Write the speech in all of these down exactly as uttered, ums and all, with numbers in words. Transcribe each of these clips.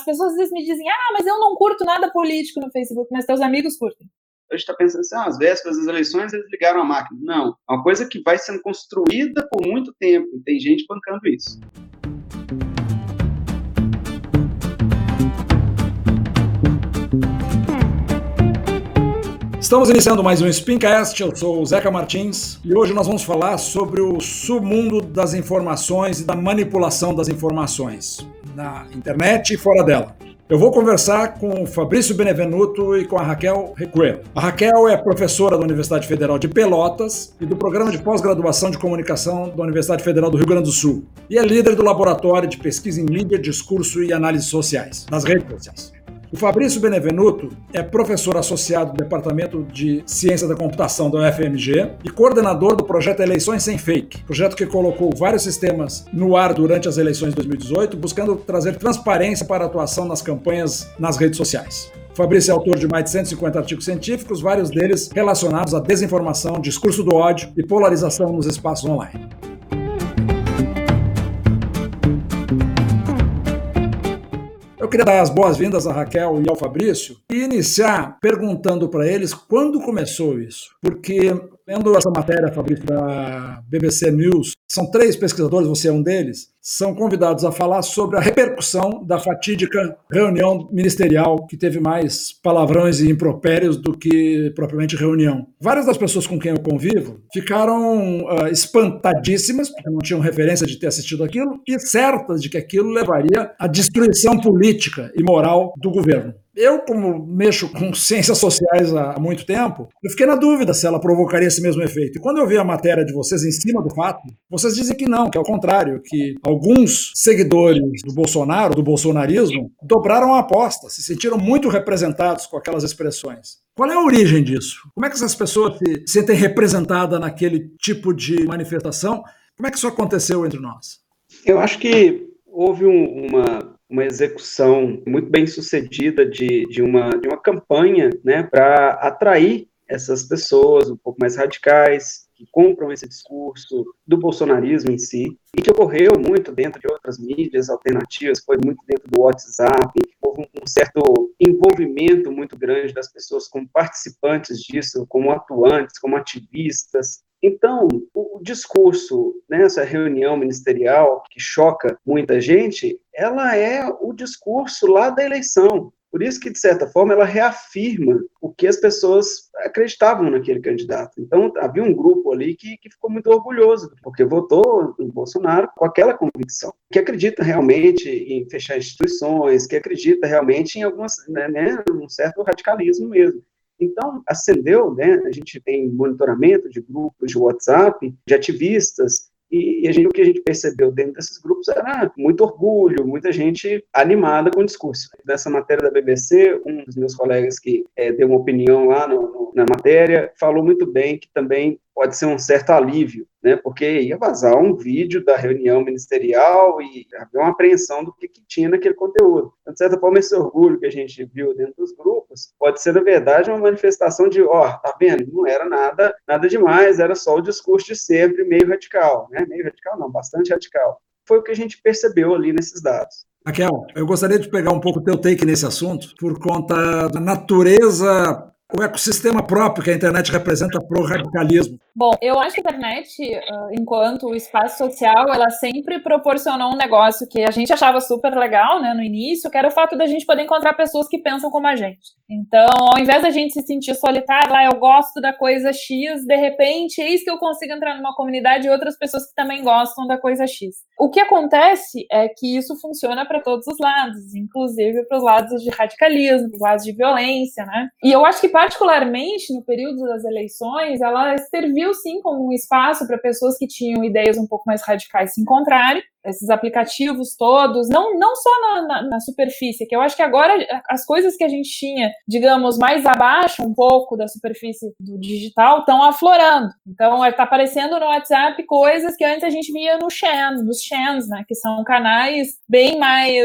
pessoas às vezes me dizem, ah, mas eu não curto nada político no Facebook, mas teus amigos curtem. A gente está pensando assim, ah, às vésperas das eleições eles ligaram a máquina. Não, é uma coisa que vai sendo construída por muito tempo, e tem gente bancando isso. Estamos iniciando mais um Spincast, eu sou o Zeca Martins e hoje nós vamos falar sobre o submundo das informações e da manipulação das informações, na internet e fora dela. Eu vou conversar com o Fabrício Benevenuto e com a Raquel Recuero. A Raquel é professora da Universidade Federal de Pelotas e do Programa de Pós-Graduação de Comunicação da Universidade Federal do Rio Grande do Sul e é líder do Laboratório de Pesquisa em Mídia, Discurso e Análises Sociais, das redes sociais. O Fabrício Benevenuto é professor associado do Departamento de Ciência da Computação da U F M G e coordenador do projeto Eleições Sem Fake, projeto que colocou vários sistemas no ar durante as eleições de dois mil e dezoito, buscando trazer transparência para a atuação nas campanhas nas redes sociais. O Fabrício é autor de mais de cento e cinquenta artigos científicos, vários deles relacionados à desinformação, discurso do ódio e polarização nos espaços online. Eu queria dar as boas-vindas à Raquel e ao Fabrício e iniciar perguntando para eles quando começou isso. Porque, lendo essa matéria, Fabrício, da B B C News, são três pesquisadores, você é um deles, são convidados a falar sobre a repercussão da fatídica reunião ministerial que teve mais palavrões e impropérios do que propriamente reunião. Várias das pessoas com quem eu convivo ficaram uh, espantadíssimas, porque não tinham referência de ter assistido aquilo, e certas de que aquilo levaria à destruição política e moral do governo. Eu, como mexo com ciências sociais há muito tempo, eu fiquei na dúvida se ela provocaria esse mesmo efeito. E quando eu vi a matéria de vocês em cima do fato, vocês dizem que não, que é o contrário, que alguns seguidores do Bolsonaro, do bolsonarismo, dobraram a aposta, se sentiram muito representados com aquelas expressões. Qual é a origem disso? Como é que essas pessoas se sentem representadas naquele tipo de manifestação? Como é que isso aconteceu entre nós? Eu acho que houve um, uma... uma execução muito bem sucedida de, de, uma, de uma campanha, né, para atrair essas pessoas um pouco mais radicais, que compram esse discurso do bolsonarismo em si, e que ocorreu muito dentro de outras mídias alternativas, foi muito dentro do WhatsApp, houve um certo envolvimento muito grande das pessoas como participantes disso, como atuantes, como ativistas. Então, o discurso, né, essa reunião ministerial que choca muita gente, ela é o discurso lá da eleição. Por isso que, de certa forma, ela reafirma o que as pessoas acreditavam naquele candidato. Então, havia um grupo ali que, que ficou muito orgulhoso, porque votou no Bolsonaro com aquela convicção, que acredita realmente em fechar instituições, que acredita realmente em algumas, né, né, um certo radicalismo mesmo. Então, acendeu, né, a gente tem monitoramento de grupos de WhatsApp, de ativistas, e a gente, o que a gente percebeu dentro desses grupos era muito orgulho, muita gente animada com o discurso. Nessa matéria da B B C, um dos meus colegas que é, deu uma opinião lá no, no, na matéria, falou muito bem que também pode ser um certo alívio, né, porque ia vazar um vídeo da reunião ministerial e havia uma apreensão do que, que tinha naquele conteúdo. Então, de certa forma, esse orgulho que a gente viu dentro dos grupos pode ser, na verdade, uma manifestação de, ó, oh, tá vendo, não era nada, nada demais, era só o discurso de sempre meio radical, né, meio radical não, bastante radical. Foi o que a gente percebeu ali nesses dados. Raquel, eu gostaria de pegar um pouco o teu take nesse assunto, por conta da natureza, o ecossistema próprio que a internet representa para o radicalismo. Bom, eu acho que a internet, enquanto espaço social, ela sempre proporcionou um negócio que a gente achava super legal, né, no início, que era o fato da gente poder encontrar pessoas que pensam como a gente. Então, ao invés da gente se sentir solitário, lá eu gosto da coisa X, de repente, eis que eu consigo entrar numa comunidade de outras pessoas que também gostam da coisa X. O que acontece é que isso funciona para todos os lados, inclusive para os lados de radicalismo, para os lados de violência, né? E eu acho que, particularmente, no período das eleições, ela serviu sim como um espaço para pessoas que tinham ideias um pouco mais radicais se encontrarem, esses aplicativos todos, não, não só na, na, na superfície, que eu acho que agora as coisas que a gente tinha, digamos, mais abaixo um pouco da superfície do digital estão aflorando. Então, está aparecendo no WhatsApp coisas que antes a gente via no Shan, nos Shans, né, que são canais bem mais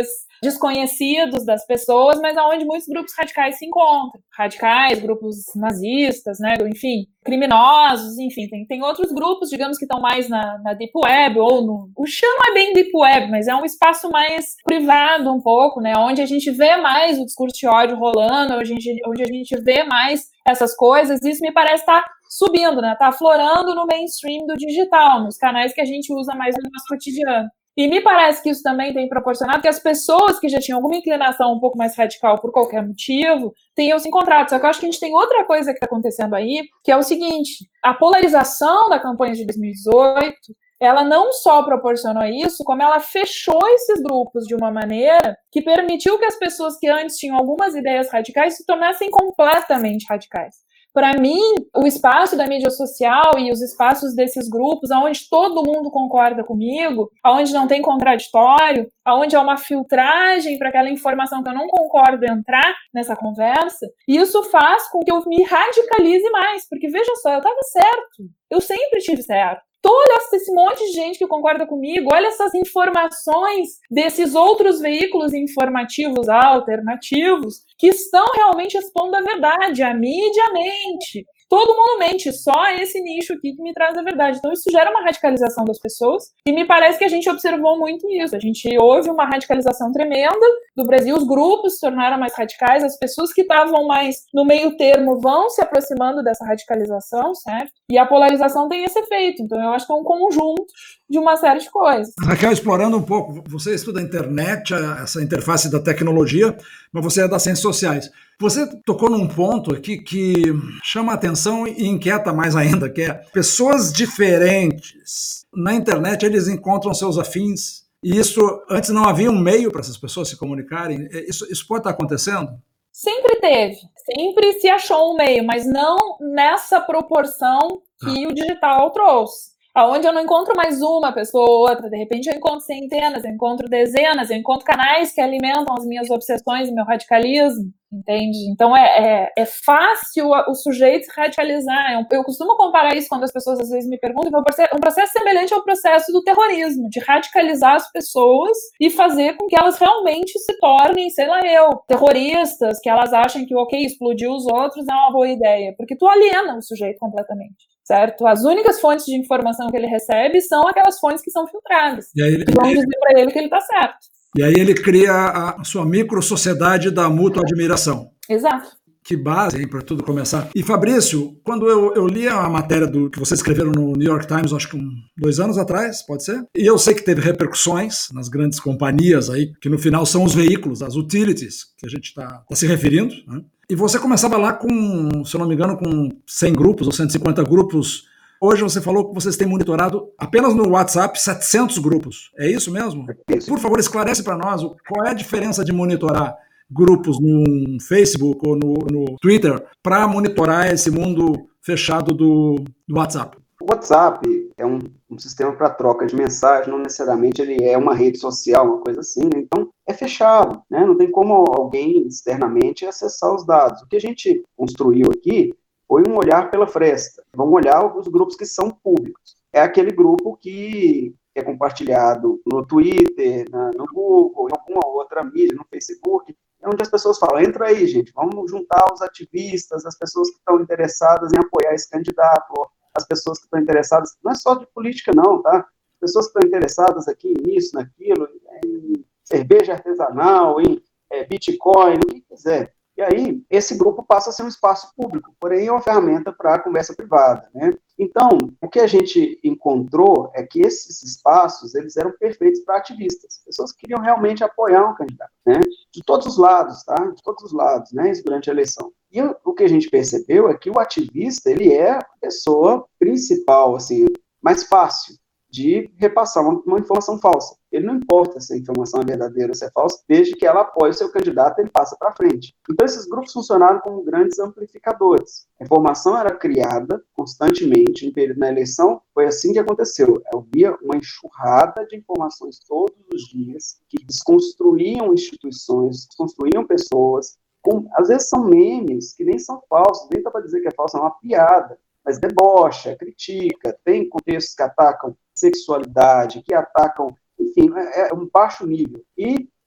desconhecidos das pessoas, mas onde muitos grupos radicais se encontram. Radicais, grupos nazistas, né, enfim, criminosos, enfim, tem, tem outros grupos, digamos, que estão mais na, na Deep Web, ou no... O Xan não é bem Deep Web, mas é um espaço mais privado um pouco, né, onde a gente vê mais o discurso de ódio rolando, onde a gente, onde a gente vê mais essas coisas, isso me parece estar subindo, né, tá aflorando no mainstream do digital, nos canais que a gente usa mais no nosso cotidiano. E me parece que isso também tem proporcionado que as pessoas que já tinham alguma inclinação um pouco mais radical por qualquer motivo tenham se encontrado. Só que eu acho que a gente tem outra coisa que está acontecendo aí, que é o seguinte: a polarização da campanha de dois mil e dezoito, ela não só proporcionou isso, como ela fechou esses grupos de uma maneira que permitiu que as pessoas que antes tinham algumas ideias radicais se tornassem completamente radicais. Para mim, o espaço da mídia social e os espaços desses grupos, onde todo mundo concorda comigo, onde não tem contraditório, onde há uma filtragem para aquela informação que eu não concordo entrar nessa conversa, isso faz com que eu me radicalize mais, porque veja só, eu estava certo, eu sempre tive certo. Olha esse monte de gente que concorda comigo, olha essas informações desses outros veículos informativos alternativos que estão realmente expondo a verdade, a mídia mente. Todo mundo mente, só esse nicho aqui que me traz a verdade. Então isso gera uma radicalização das pessoas e me parece que a gente observou muito isso. A gente houve uma radicalização tremenda do Brasil, os grupos se tornaram mais radicais, as pessoas que estavam mais no meio termo vão se aproximando dessa radicalização, certo? E a polarização tem esse efeito. Então eu acho que é um conjunto de uma série de coisas. Raquel, explorando um pouco, você estuda a internet, essa interface da tecnologia, mas você é das ciências sociais. Você tocou num ponto aqui que chama a atenção e inquieta mais ainda, que é pessoas diferentes. Na internet eles encontram seus afins, e isso, antes não havia um meio para essas pessoas se comunicarem. Isso, isso pode estar acontecendo? Sempre teve, sempre se achou um meio, mas não nessa proporção que ah. o digital trouxe. Onde eu não encontro mais uma pessoa ou outra, de repente eu encontro centenas, eu encontro dezenas, eu encontro canais que alimentam as minhas obsessões e meu radicalismo, entende? Então é, é, é fácil o sujeito se radicalizar. Eu, eu costumo comparar isso quando as pessoas às vezes me perguntam, um processo semelhante ao processo do terrorismo, de radicalizar as pessoas e fazer com que elas realmente se tornem, sei lá eu, terroristas, que elas achem que, ok, explodir os outros é uma boa ideia, porque tu aliena o sujeito completamente. Certo? As únicas fontes de informação que ele recebe são aquelas fontes que são filtradas. E aí ele, que vão dizer para ele que ele está certo. E aí ele cria a sua micro-sociedade da mútua admiração. Exato. Que base, hein, para tudo começar. E Fabrício, quando eu, eu li a matéria do, que vocês escreveram no New York Times, acho que um, dois anos atrás, pode ser? E eu sei que teve repercussões nas grandes companhias aí, que no final são os veículos, as utilities, que a gente está tá se referindo, né? E você começava lá com, se eu não me engano, com cem grupos ou cento e cinquenta grupos. Hoje você falou que vocês têm monitorado apenas no WhatsApp setecentos grupos. É isso mesmo? Por favor, esclarece para nós qual é a diferença de monitorar grupos no Facebook ou no, no Twitter para monitorar esse mundo fechado do, do WhatsApp. O WhatsApp é um, um sistema para troca de mensagem, não necessariamente ele é uma rede social, uma coisa assim, né? Então é fechado, né? Não tem como alguém externamente acessar os dados. O que a gente construiu aqui foi um olhar pela fresta. Vamos olhar os grupos que são públicos. É aquele grupo que é compartilhado no Twitter, na, no Google, em alguma outra mídia, no Facebook, é onde as pessoas falam, entra aí, gente, vamos juntar os ativistas, as pessoas que estão interessadas em apoiar esse candidato, as pessoas que estão interessadas, não é só de política não, tá? As pessoas que estão interessadas aqui nisso, naquilo, em cerveja artesanal, em é, Bitcoin, o que quiser. E aí, esse grupo passa a ser um espaço público, porém é uma ferramenta para a conversa privada, né? Então, o que a gente encontrou é que esses espaços, eles eram perfeitos para ativistas, pessoas que queriam realmente apoiar um candidato, né? De todos os lados, tá? De todos os lados, né? Isso durante a eleição. E o que a gente percebeu é que o ativista, ele é a pessoa principal, assim, mais fácil de repassar uma, uma informação falsa. Ele não importa se a informação é verdadeira ou se é falsa, desde que ela apoie o seu candidato, ele passa para frente. Então, esses grupos funcionaram como grandes amplificadores. A informação era criada constantemente no período da eleição, foi assim que aconteceu. Havia uma enxurrada de informações todos os dias que desconstruíam instituições, desconstruíam pessoas, com, às vezes são memes que nem são falsos, nem dá para dizer que é falso, é uma piada, mas debocha, critica, tem contextos que atacam sexualidade, que atacam, enfim, é um baixo nível. E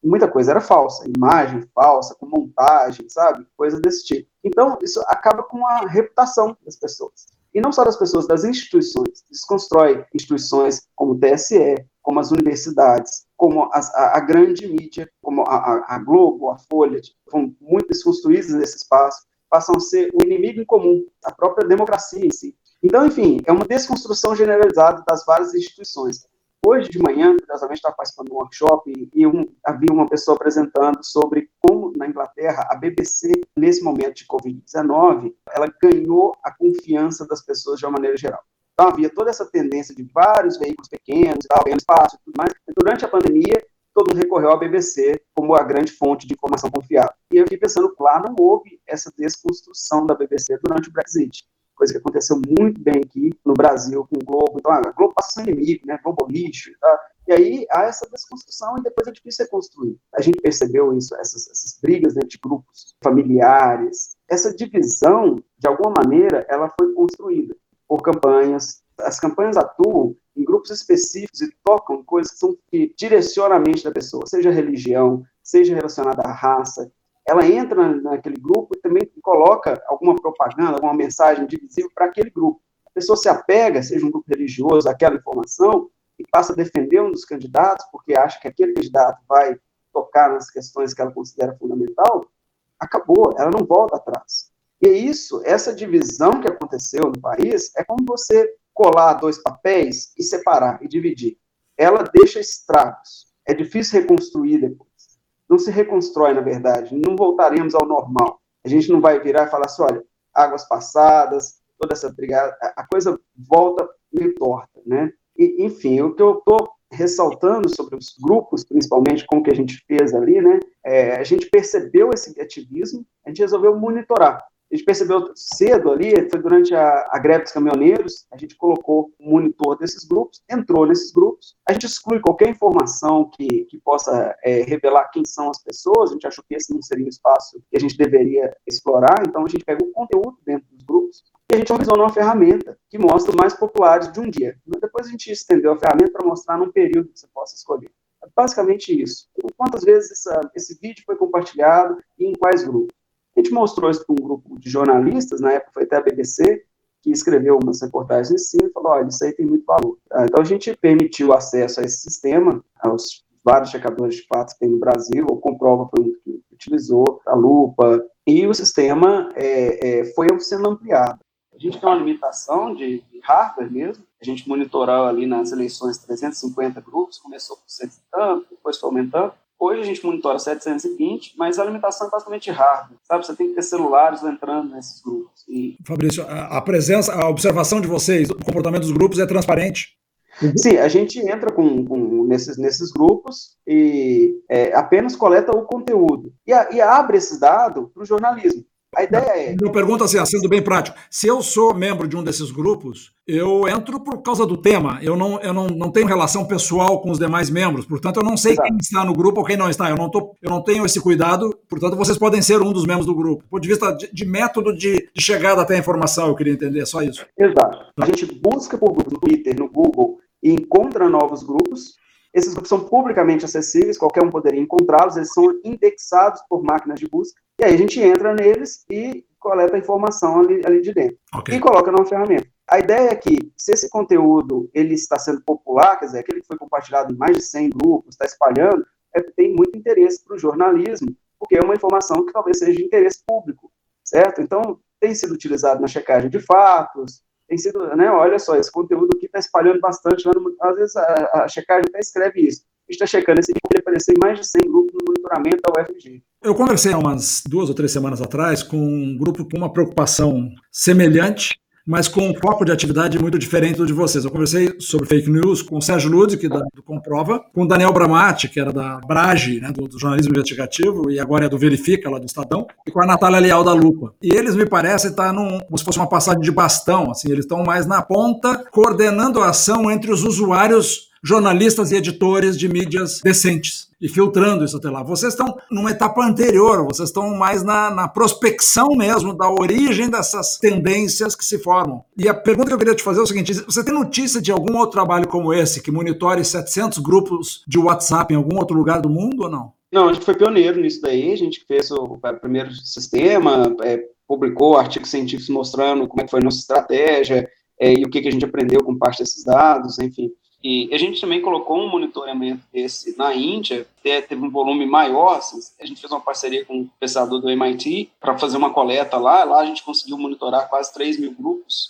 muita coisa era falsa, imagem falsa, com montagem, sabe? Coisa desse tipo. Então, isso acaba com a reputação das pessoas. E não só das pessoas, das instituições. Desconstrói instituições como o T S E, como as universidades, como as, a, a grande mídia, como a, a, a Globo, a Folha, foram muito desconstruídas nesse espaço, passam a ser o inimigo em comum, a própria democracia em si. Então, enfim, é uma desconstrução generalizada das várias instituições. Hoje de manhã, curiosamente, estava participando de um workshop e, e um, havia uma pessoa apresentando sobre como, na Inglaterra, a B B C, nesse momento de covid dezenove, ela ganhou a confiança das pessoas de uma maneira geral. Então, havia toda essa tendência de vários veículos pequenos, tal, ganhando espaço e tudo mais. E durante a pandemia, todo mundo recorreu à B B C como a grande fonte de informação confiável. E eu fiquei pensando, claro, não houve essa desconstrução da B B C durante o Brexit. Coisa que aconteceu muito bem aqui no Brasil com o Globo. Então, a Globo passa a ser inimigo, né? Globo lixo e tal. E aí há essa desconstrução e depois é difícil reconstruir. A gente percebeu isso, essas, essas brigas, né, de grupos familiares. Essa divisão, de alguma maneira, ela foi construída por campanhas. As campanhas atuam em grupos específicos e tocam coisas que são que direcionam a mente da pessoa, seja religião, seja relacionada à raça. Ela entra naquele grupo e também coloca alguma propaganda, alguma mensagem divisível para aquele grupo. A pessoa se apega, seja um grupo religioso, àquela informação, e passa a defender um dos candidatos, porque acha que aquele candidato vai tocar nas questões que ela considera fundamental, acabou, ela não volta atrás. E isso, essa divisão que aconteceu no país, é como você colar dois papéis e separar, e dividir. Ela deixa estragos. É difícil reconstruir depois. Não se reconstrói, na verdade, não voltaremos ao normal. A gente não vai virar e falar assim, olha, águas passadas, toda essa brigada, a coisa volta meio torta, né? E, enfim, o que eu estou ressaltando sobre os grupos, principalmente com o que a gente fez ali, né? É, a gente percebeu esse ativismo, a gente resolveu monitorar. A gente percebeu cedo ali, foi durante a, a greve dos caminhoneiros, a gente colocou um monitor desses grupos, entrou nesses grupos, a gente exclui qualquer informação que, que possa é, revelar quem são as pessoas, a gente achou que esse não seria um espaço que a gente deveria explorar, então a gente pegou o conteúdo dentro dos grupos e a gente organizou numa ferramenta que mostra os mais populares de um dia. Depois a gente estendeu a ferramenta para mostrar num período que você possa escolher. É basicamente isso. Quantas vezes essa, esse vídeo foi compartilhado e em quais grupos? A gente mostrou isso para um grupo de jornalistas, na época foi até a B B C, que escreveu umas reportagens em cima e falou, olha, isso aí tem muito valor. Então a gente permitiu acesso a esse sistema, aos vários checadores de fatos que tem no Brasil, o Comprova foi um que utilizou, a Lupa, e o sistema é, é, foi sendo ampliado. A gente tem uma limitação de, de hardware mesmo, a gente monitorou ali nas eleições trezentos e cinquenta grupos, começou com cento e tanto, depois foi aumentando. Hoje a gente monitora setecentos e vinte, mas a limitação é basicamente hardware, sabe? Você tem que ter celulares entrando nesses grupos. E... Fabrício, a presença, a observação de vocês, o comportamento dos grupos é transparente? Sim, a gente entra com, com, nesses, nesses grupos e é, apenas coleta o conteúdo. E, a, e abre esse dado para o jornalismo. A ideia é... Eu pergunto assim, sendo bem prático, se eu sou membro de um desses grupos, eu entro por causa do tema, eu não, eu não, não tenho relação pessoal com os demais membros, portanto eu não sei Exato. Quem está no grupo ou quem não está, eu não, tô, eu não tenho esse cuidado, portanto vocês podem ser um dos membros do grupo. Do ponto de vista de, de método de, de chegada até a informação, eu queria entender, só isso. Exato. A gente busca por grupos no Twitter, no Google, e encontra novos grupos. Esses grupos são publicamente acessíveis, qualquer um poderia encontrá-los, eles são indexados por máquinas de busca, e aí a gente entra neles e coleta a informação ali, ali de dentro, okay. E coloca numa ferramenta. A ideia é que, se esse conteúdo ele está sendo popular, quer dizer, aquele que foi compartilhado em mais de cem grupos, está espalhando, é que tem muito interesse para o jornalismo, porque é uma informação que talvez seja de interesse público, certo? Então, tem sido utilizado na checagem de fatos, tem sido, né, olha só, esse conteúdo aqui está espalhando bastante, às vezes a, a checagem até escreve isso. A gente está checando esse vídeo, ele apareceu em mais de cem grupos no monitoramento da U F G. Eu conversei há umas duas ou três semanas atrás com um grupo com uma preocupação semelhante, mas com um foco de atividade muito diferente do de vocês. Eu conversei sobre fake news com o Sérgio Ludwig, da, do Comprova, com o Daniel Bramati, que era da Brage, né, do, do jornalismo investigativo, e agora é do Verifica, lá do Estadão, e com a Natália Leal, da Lupa. E eles, me parece, estão num, como se fosse uma passagem de bastão, assim, eles estão mais na ponta, coordenando a ação entre os usuários, jornalistas e editores de mídias decentes, e filtrando isso até lá. Vocês estão numa etapa anterior, vocês estão mais na, na prospecção mesmo da origem dessas tendências que se formam. E a pergunta que eu queria te fazer é o seguinte, você tem notícia de algum outro trabalho como esse, que monitore setecentos grupos de WhatsApp em algum outro lugar do mundo ou não? Não, a gente foi pioneiro nisso daí, a gente fez o, o primeiro sistema, é, publicou artigos científicos mostrando como é que foi a nossa estratégia, é, e o que, que a gente aprendeu com parte desses dados, enfim. E a gente também colocou um monitoramento desse na Índia, teve um volume maior, assim, a gente fez uma parceria com o pesquisador do M I T para fazer uma coleta lá, lá a gente conseguiu monitorar quase três mil grupos,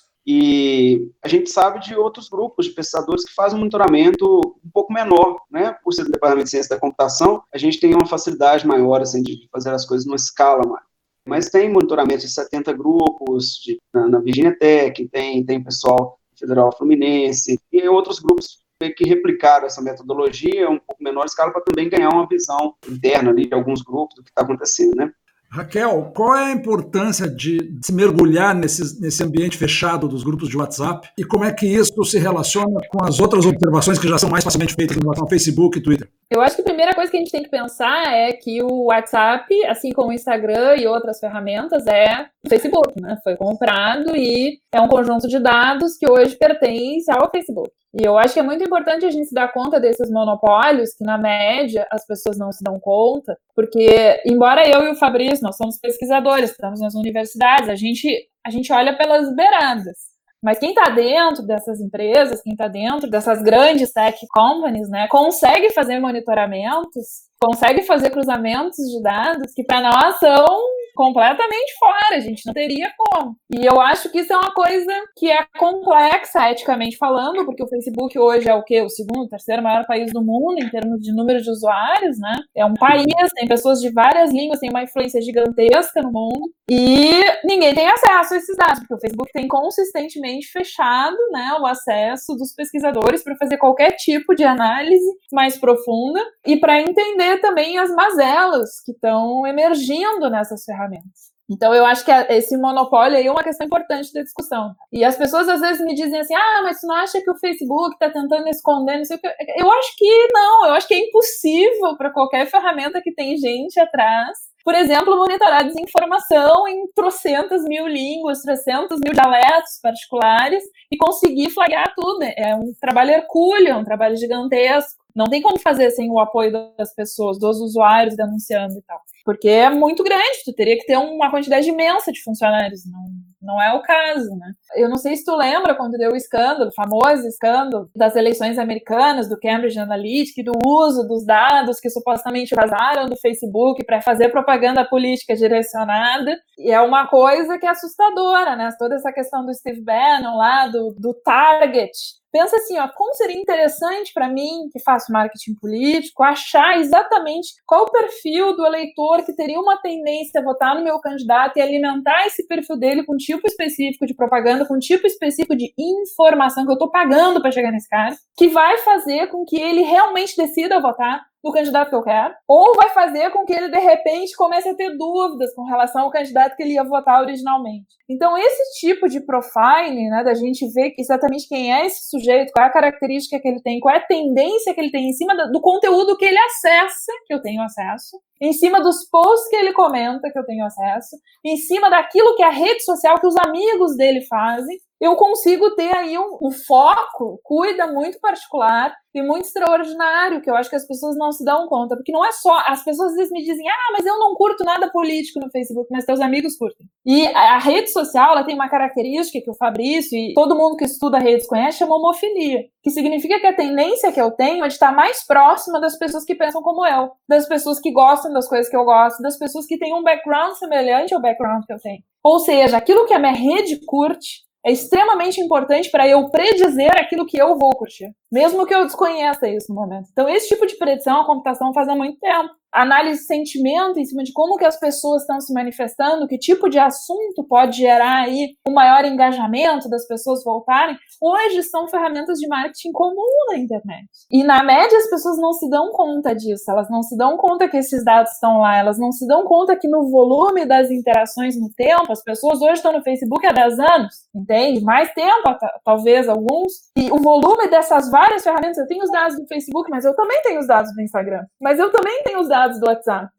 e a gente sabe de outros grupos de pesquisadores que fazem um monitoramento um pouco menor, né? Por ser do Departamento de Ciência da Computação, a gente tem uma facilidade maior assim, de fazer as coisas numa escala maior. Mas tem monitoramento de setenta grupos de, na, na Virginia Tech, tem, tem pessoal Federal Fluminense, e outros grupos que replicaram essa metodologia um pouco menor escala para também ganhar uma visão interna ali de alguns grupos do que está acontecendo, né? Raquel, qual é a importância de se mergulhar nesse, nesse ambiente fechado dos grupos de WhatsApp e como é que isso se relaciona com as outras observações que já são mais facilmente feitas em relação ao Facebook e Twitter? Eu acho que a primeira coisa que a gente tem que pensar é que o WhatsApp, assim como o Instagram e outras ferramentas, é o Facebook, né? Foi comprado e é um conjunto de dados que hoje pertence ao Facebook. E eu acho que é muito importante a gente se dar conta desses monopólios, que na média as pessoas não se dão conta, porque embora eu e o Fabrício, nós somos pesquisadores, estamos nas universidades, a gente, a gente olha pelas beiradas. Mas quem está dentro dessas empresas, quem está dentro dessas grandes tech companies, né, consegue fazer monitoramentos, consegue fazer cruzamentos de dados que para nós são completamente fora, a gente não teria como. E eu acho que isso é uma coisa que é complexa, eticamente falando, porque o Facebook hoje é o quê? O segundo, terceiro maior país do mundo em termos de número de usuários, né? É um país, tem pessoas de várias línguas, tem uma influência gigantesca no mundo e ninguém tem acesso a esses dados, porque o Facebook tem consistentemente fechado, né, o acesso dos pesquisadores para fazer qualquer tipo de análise mais profunda e para entender também as mazelas que estão emergindo nessas ferramentas. Então, eu acho que esse monopólio aí é uma questão importante da discussão. E as pessoas, às vezes, me dizem assim, ah, mas tu não acha que o Facebook está tentando esconder, não sei o que. Eu acho que não, eu acho que é impossível para qualquer ferramenta que tem gente atrás, por exemplo, monitorar desinformação em trocentas mil línguas, trocentos mil dialetos particulares e conseguir flagrar tudo. É um trabalho hercúleo, é um trabalho gigantesco. Não tem como fazer sem o apoio das pessoas, dos usuários denunciando e tal. Porque é muito grande, tu teria que ter uma quantidade imensa de funcionários, não, não é o caso, né? Eu não sei se tu lembra quando deu o escândalo, o famoso escândalo das eleições americanas, do Cambridge Analytica, do uso dos dados que supostamente vazaram do Facebook para fazer propaganda política direcionada, e é uma coisa que é assustadora, né? Toda essa questão do Steve Bannon lá, do, do target. Pensa assim, ó, como seria interessante para mim, que faço marketing político, achar exatamente qual o perfil do eleitor que teria uma tendência a votar no meu candidato e alimentar esse perfil dele com um tipo específico de propaganda, com um tipo específico de informação que eu estou pagando para chegar nesse cara, que vai fazer com que ele realmente decida votar no candidato que eu quero, ou vai fazer com que ele, de repente, comece a ter dúvidas com relação ao candidato que ele ia votar originalmente. Então, esse tipo de profiling, né, da gente ver exatamente quem é esse sujeito, qual é a característica que ele tem, qual é a tendência que ele tem em cima do conteúdo que ele acessa, que eu tenho acesso, em cima dos posts que ele comenta, que eu tenho acesso, em cima daquilo que a rede social, que os amigos dele fazem, eu consigo ter aí um, um foco, cuida muito particular e muito extraordinário, que eu acho que as pessoas não se dão conta, porque não é só, as pessoas às vezes me dizem, ah, mas eu não curto nada político no Facebook, mas teus amigos curtem. E a, a rede social, ela tem uma característica que o Fabrício e todo mundo que estuda redes conhece, chama homofilia, que significa que a tendência que eu tenho é de estar mais próxima das pessoas que pensam como eu, das pessoas que gostam das coisas que eu gosto, das pessoas que têm um background semelhante ao background que eu tenho. Ou seja, aquilo que a minha rede curte é extremamente importante para eu predizer aquilo que eu vou curtir, mesmo que eu desconheça isso no momento. Então, esse tipo de predição a computação faz há muito tempo. Análise de sentimento em cima de como que as pessoas estão se manifestando, que tipo de assunto pode gerar aí um maior engajamento das pessoas voltarem. Hoje são ferramentas de marketing comum na internet. E na média as pessoas não se dão conta disso, elas não se dão conta que esses dados estão lá, elas não se dão conta que no volume das interações no tempo, as pessoas hoje estão no Facebook há dez anos, entende? Mais tempo, talvez alguns. E o volume dessas várias ferramentas, eu tenho os dados do Facebook, mas eu também tenho os dados do Instagram, mas eu também tenho os dados do WhatsApp.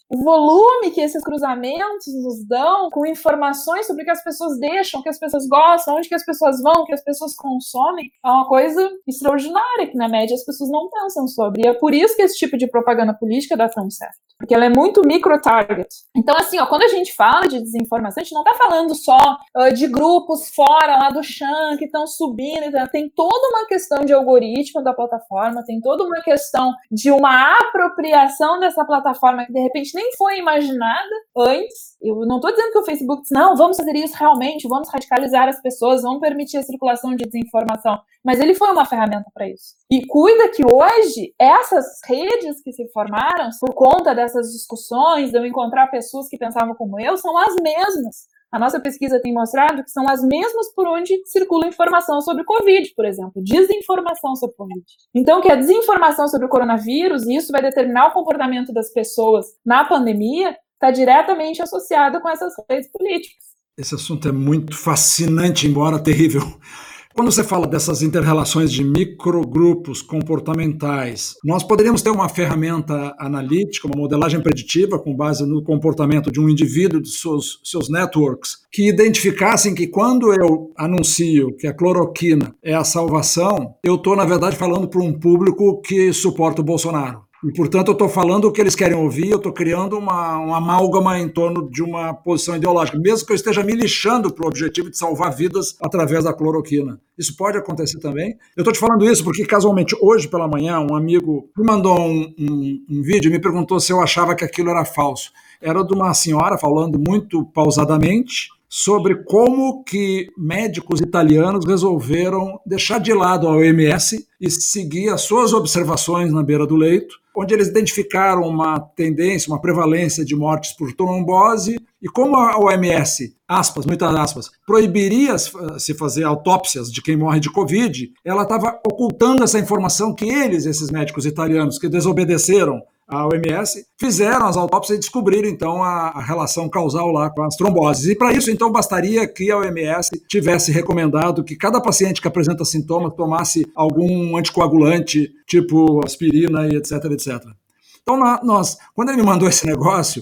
o volume que esses cruzamentos nos dão com informações sobre o que as pessoas deixam, o que as pessoas gostam, onde que as pessoas vão, o que as pessoas consomem, é uma coisa extraordinária que, na média, as pessoas não pensam sobre. E é por isso que esse tipo de propaganda política dá tão certo. Porque ela é muito micro-target. Então, assim, ó, quando a gente fala de desinformação, a gente não tá falando só uh, de grupos fora lá do chão que estão subindo. Então, tem toda uma questão de algoritmo da plataforma, tem toda uma questão de uma apropriação dessa plataforma que, de repente, nem foi imaginada antes. Eu não tô dizendo que o Facebook disse, não, vamos fazer isso realmente, vamos radicalizar as pessoas, vamos permitir a circulação de desinformação. Mas ele foi uma ferramenta para isso. E cuida que hoje, essas redes que se formaram, por conta dessas discussões, de eu encontrar pessoas que pensavam como eu, são as mesmas. A nossa pesquisa tem mostrado que são as mesmas por onde circula informação sobre Covid, por exemplo. Desinformação sobre Covid. Então, que a desinformação sobre o coronavírus, e isso vai determinar o comportamento das pessoas na pandemia, está diretamente associado com essas redes políticas. Esse assunto é muito fascinante, embora terrível. Quando você fala dessas inter-relações de microgrupos comportamentais, nós poderíamos ter uma ferramenta analítica, uma modelagem preditiva com base no comportamento de um indivíduo, de seus, seus networks, que identificassem que quando eu anuncio que a cloroquina é a salvação, eu estou, na verdade, falando para um público que suporta o Bolsonaro. E, portanto, eu estou falando o que eles querem ouvir, eu estou criando uma, uma amálgama em torno de uma posição ideológica, mesmo que eu esteja me lixando para o objetivo de salvar vidas através da cloroquina. Isso pode acontecer também. Eu estou te falando isso porque, casualmente, hoje pela manhã, um amigo me mandou um, um, um vídeo e me perguntou se eu achava que aquilo era falso. Era de uma senhora falando muito pausadamente sobre como que médicos italianos resolveram deixar de lado a O M S e seguir as suas observações na beira do leito, onde eles identificaram uma tendência, uma prevalência de mortes por trombose, e como a O M S, aspas, muitas aspas, proibiria se fazer autópsias de quem morre de Covid, ela estava ocultando essa informação que eles, esses médicos italianos que desobedeceram a O M S, fizeram as autópsias e descobriram, então, a, a relação causal lá com as tromboses. E, para isso, então, bastaria que a O M S tivesse recomendado que cada paciente que apresenta sintomas tomasse algum anticoagulante, tipo aspirina e etc, etcétera. Então, nós, quando ele me mandou esse negócio,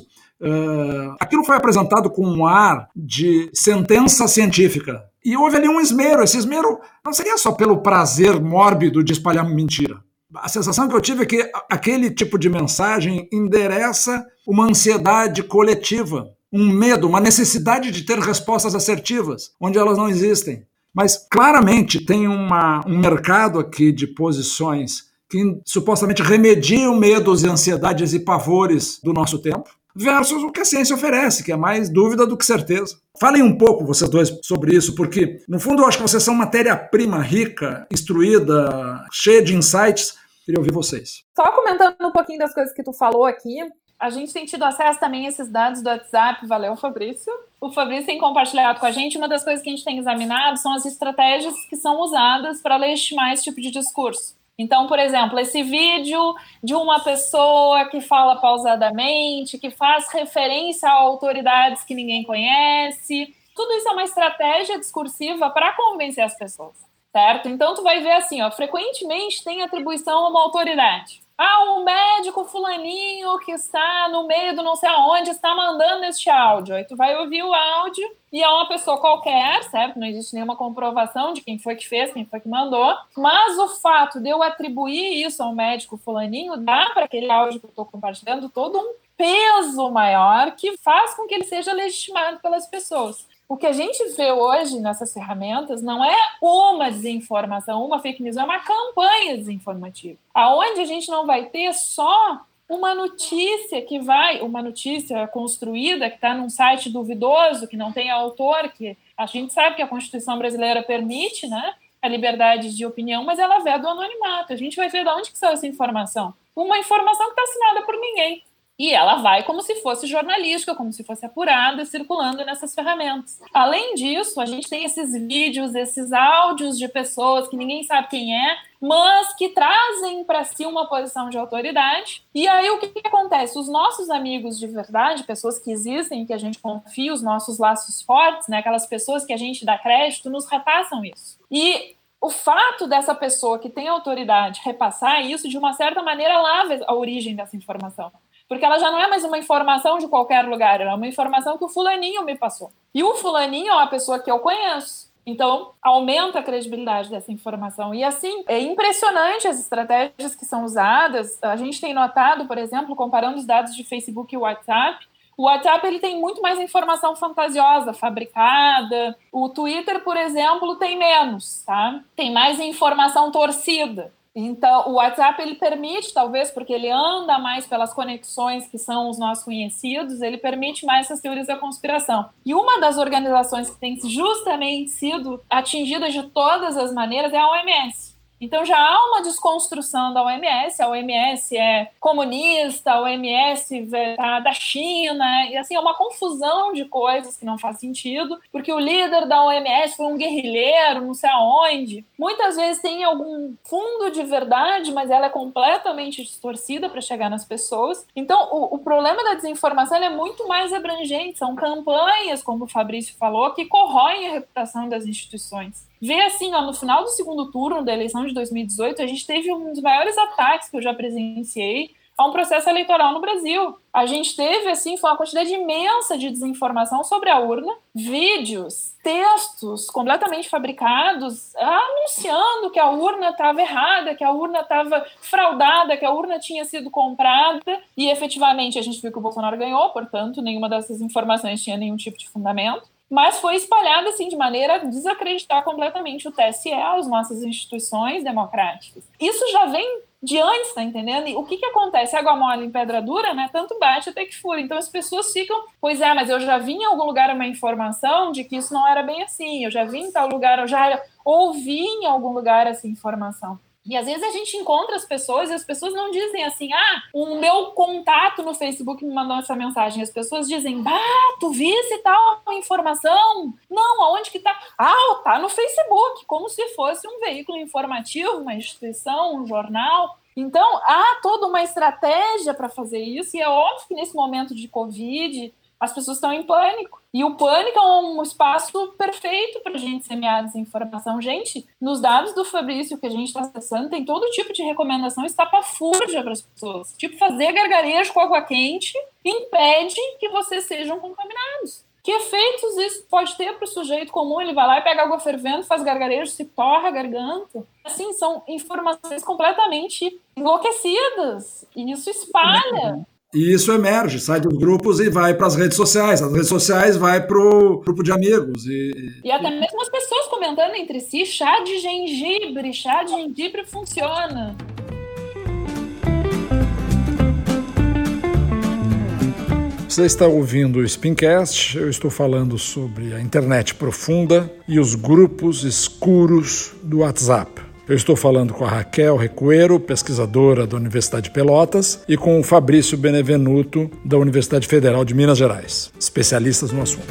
uh, aquilo foi apresentado com um ar de sentença científica. E houve ali um esmero. Esse esmero não seria só pelo prazer mórbido de espalhar mentira. A sensação que eu tive é que aquele tipo de mensagem endereça uma ansiedade coletiva, um medo, uma necessidade de ter respostas assertivas, onde elas não existem. Mas claramente tem uma, um mercado aqui de posições que supostamente remediam medos e ansiedades e pavores do nosso tempo, versus o que a ciência oferece, que é mais dúvida do que certeza. Falem um pouco, vocês dois, sobre isso, porque, no fundo, eu acho que vocês são matéria-prima rica, instruída, cheia de insights. Queria ouvir vocês. Só comentando um pouquinho das coisas que tu falou aqui, a gente tem tido acesso também a esses dados do WhatsApp. Valeu, Fabrício. O Fabrício tem compartilhado com a gente. Uma das coisas que a gente tem examinado são as estratégias que são usadas para legitimar esse tipo de discurso. Então, por exemplo, esse vídeo de uma pessoa que fala pausadamente, que faz referência a autoridades que ninguém conhece, tudo isso é uma estratégia discursiva para convencer as pessoas, certo? Então, tu vai ver assim, ó, frequentemente tem atribuição a uma autoridade. Ah, o médico fulaninho que está no meio do não sei aonde está mandando este áudio. Aí tu vai ouvir o áudio e é uma pessoa qualquer, certo? Não existe nenhuma comprovação de quem foi que fez, quem foi que mandou. Mas o fato de eu atribuir isso ao médico fulaninho dá para aquele áudio que eu estou compartilhando todo um peso maior que faz com que ele seja legitimado pelas pessoas. O que a gente vê hoje nessas ferramentas não é uma desinformação, uma fake news, é uma campanha desinformativa, aonde a gente não vai ter só uma notícia que vai, uma notícia construída que está num site duvidoso, que não tem autor, que a gente sabe que a Constituição brasileira permite, né, a liberdade de opinião, mas ela vê do anonimato. A gente vai ver de onde que saiu essa informação. Uma informação que está assinada por ninguém. E ela vai como se fosse jornalística, como se fosse apurada, circulando nessas ferramentas. Além disso, a gente tem esses vídeos, esses áudios de pessoas que ninguém sabe quem é, mas que trazem para si uma posição de autoridade. E aí o que, que acontece? Os nossos amigos de verdade, pessoas que existem, que a gente confia, os nossos laços fortes, né, aquelas pessoas que a gente dá crédito, nos repassam isso. E o fato dessa pessoa que tem autoridade repassar isso, de uma certa maneira, lava a origem dessa informação. Porque ela já não é mais uma informação de qualquer lugar, ela é uma informação que o fulaninho me passou. E o fulaninho é uma pessoa que eu conheço. Então, aumenta a credibilidade dessa informação. E, assim, é impressionante as estratégias que são usadas. A gente tem notado, por exemplo, comparando os dados de Facebook e WhatsApp, o WhatsApp ele tem muito mais informação fantasiosa, fabricada. O Twitter, por exemplo, tem menos, tá? Tem mais informação torcida. Então, o WhatsApp ele permite, talvez, porque ele anda mais pelas conexões que são os nossos conhecidos, ele permite mais essas teorias da conspiração. E uma das organizações que tem justamente sido atingida de todas as maneiras é a O M S. Então já há uma desconstrução da O M S, a O M S é comunista, a O M S é da China, e assim, é uma confusão de coisas que não faz sentido, porque o líder da O M S foi um guerrilheiro, não sei aonde. Muitas vezes tem algum fundo de verdade, mas ela é completamente distorcida para chegar nas pessoas. Então o, o problema da desinformação é muito mais abrangente, são campanhas, como o Fabrício falou, que corroem a reputação das instituições. Vê assim, ó, no final do segundo turno da eleição de dois mil e dezoito, a gente teve um dos maiores ataques que eu já presenciei a um processo eleitoral no Brasil. A gente teve, assim, foi uma quantidade imensa de desinformação sobre a urna, vídeos, textos completamente fabricados, anunciando que a urna estava errada, que a urna estava fraudada, que a urna tinha sido comprada, e efetivamente a gente viu que o Bolsonaro ganhou, portanto, nenhuma dessas informações tinha nenhum tipo de fundamento. Mas foi espalhada assim, de maneira a desacreditar completamente o T S E, as nossas instituições democráticas. Isso já vem de antes, tá entendendo? E o que que acontece? Água mole em pedra dura, né? Tanto bate até que fura. Então as pessoas ficam, pois é, mas eu já vi em algum lugar uma informação de que isso não era bem assim, eu já vi em tal lugar, eu já ouvi em algum lugar essa informação. E às vezes a gente encontra as pessoas e as pessoas não dizem assim, ah, o meu contato no Facebook me mandou essa mensagem. As pessoas dizem, bah, tu visse tal informação? Não, aonde que tá? Ah, tá no Facebook, como se fosse um veículo informativo, uma instituição, um jornal. Então, há toda uma estratégia para fazer isso e é óbvio que nesse momento de Covid as pessoas estão em pânico. E o pânico é um espaço perfeito para a gente semear desinformação. Gente, nos dados do Fabrício que a gente está acessando, tem todo tipo de recomendação estapafúrdia para as pessoas. Tipo, fazer gargarejo com água quente impede que vocês sejam contaminados. Que efeitos isso pode ter para o sujeito comum? Ele vai lá e pega água fervendo, faz gargarejo, se torra a garganta. Assim, são informações completamente enlouquecidas. E isso espalha. E isso emerge, sai dos grupos e vai para as redes sociais. As redes sociais vai para o grupo de amigos. E... e até mesmo as pessoas comentando entre si, chá de gengibre, chá de gengibre funciona. Você está ouvindo o Spincast, eu estou falando sobre a internet profunda e os grupos escuros do WhatsApp. Eu estou falando com a Raquel Recuero, pesquisadora da Universidade de Pelotas, e com o Fabrício Benevenuto, da Universidade Federal de Minas Gerais, especialistas no assunto.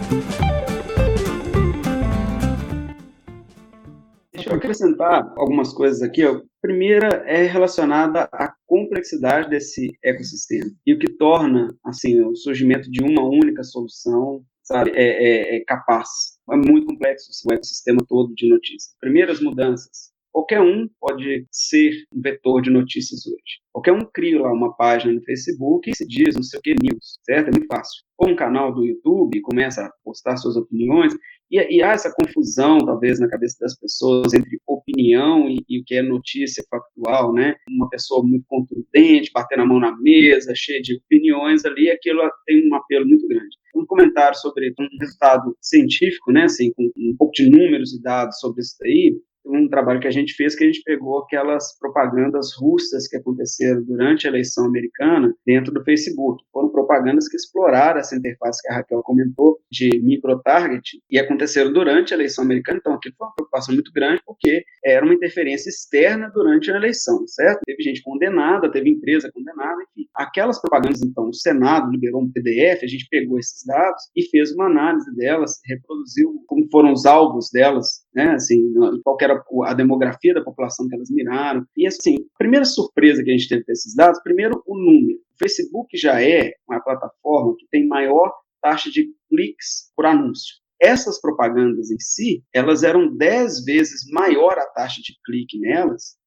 Deixa eu acrescentar algumas coisas aqui. A primeira é relacionada à complexidade desse ecossistema e o que torna assim, o surgimento de uma única solução, sabe, é, é, é capaz. É muito complexo o ecossistema todo de notícias. Primeiras mudanças. Qualquer um pode ser um vetor de notícias hoje. Qualquer um cria lá uma página no Facebook e se diz não sei o que news, certo? É muito fácil. Ou um canal do YouTube e começa a postar suas opiniões. E, e há essa confusão, talvez, na cabeça das pessoas entre opinião e, e o que é notícia factual, né? Uma pessoa muito contundente, batendo a mão na mesa, cheia de opiniões ali, aquilo tem um apelo muito grande. Um comentário sobre um resultado científico, né? Assim, com um pouco de números e dados sobre isso daí, um trabalho que a gente fez, que a gente pegou aquelas propagandas russas que aconteceram durante a eleição americana dentro do Facebook. Foram propagandas que exploraram essa interface que a Raquel comentou, de micro-target, e aconteceram durante a eleição americana. Então, aquilo foi uma preocupação muito grande, porque era uma interferência externa durante a eleição, certo? Teve gente condenada, teve empresa condenada, enfim. Aquelas propagandas, então, o Senado liberou um P D F, a gente pegou esses dados e fez uma análise delas, reproduziu como foram os alvos delas, né, assim, qual era a demografia da população que elas miraram. E, assim, a primeira surpresa que a gente teve com esses dados, primeiro, o número. O Facebook já é uma plataforma que tem maior taxa de cliques por anúncio. Essas propagandas em si, elas eram dez vezes maior a taxa de clique nelas,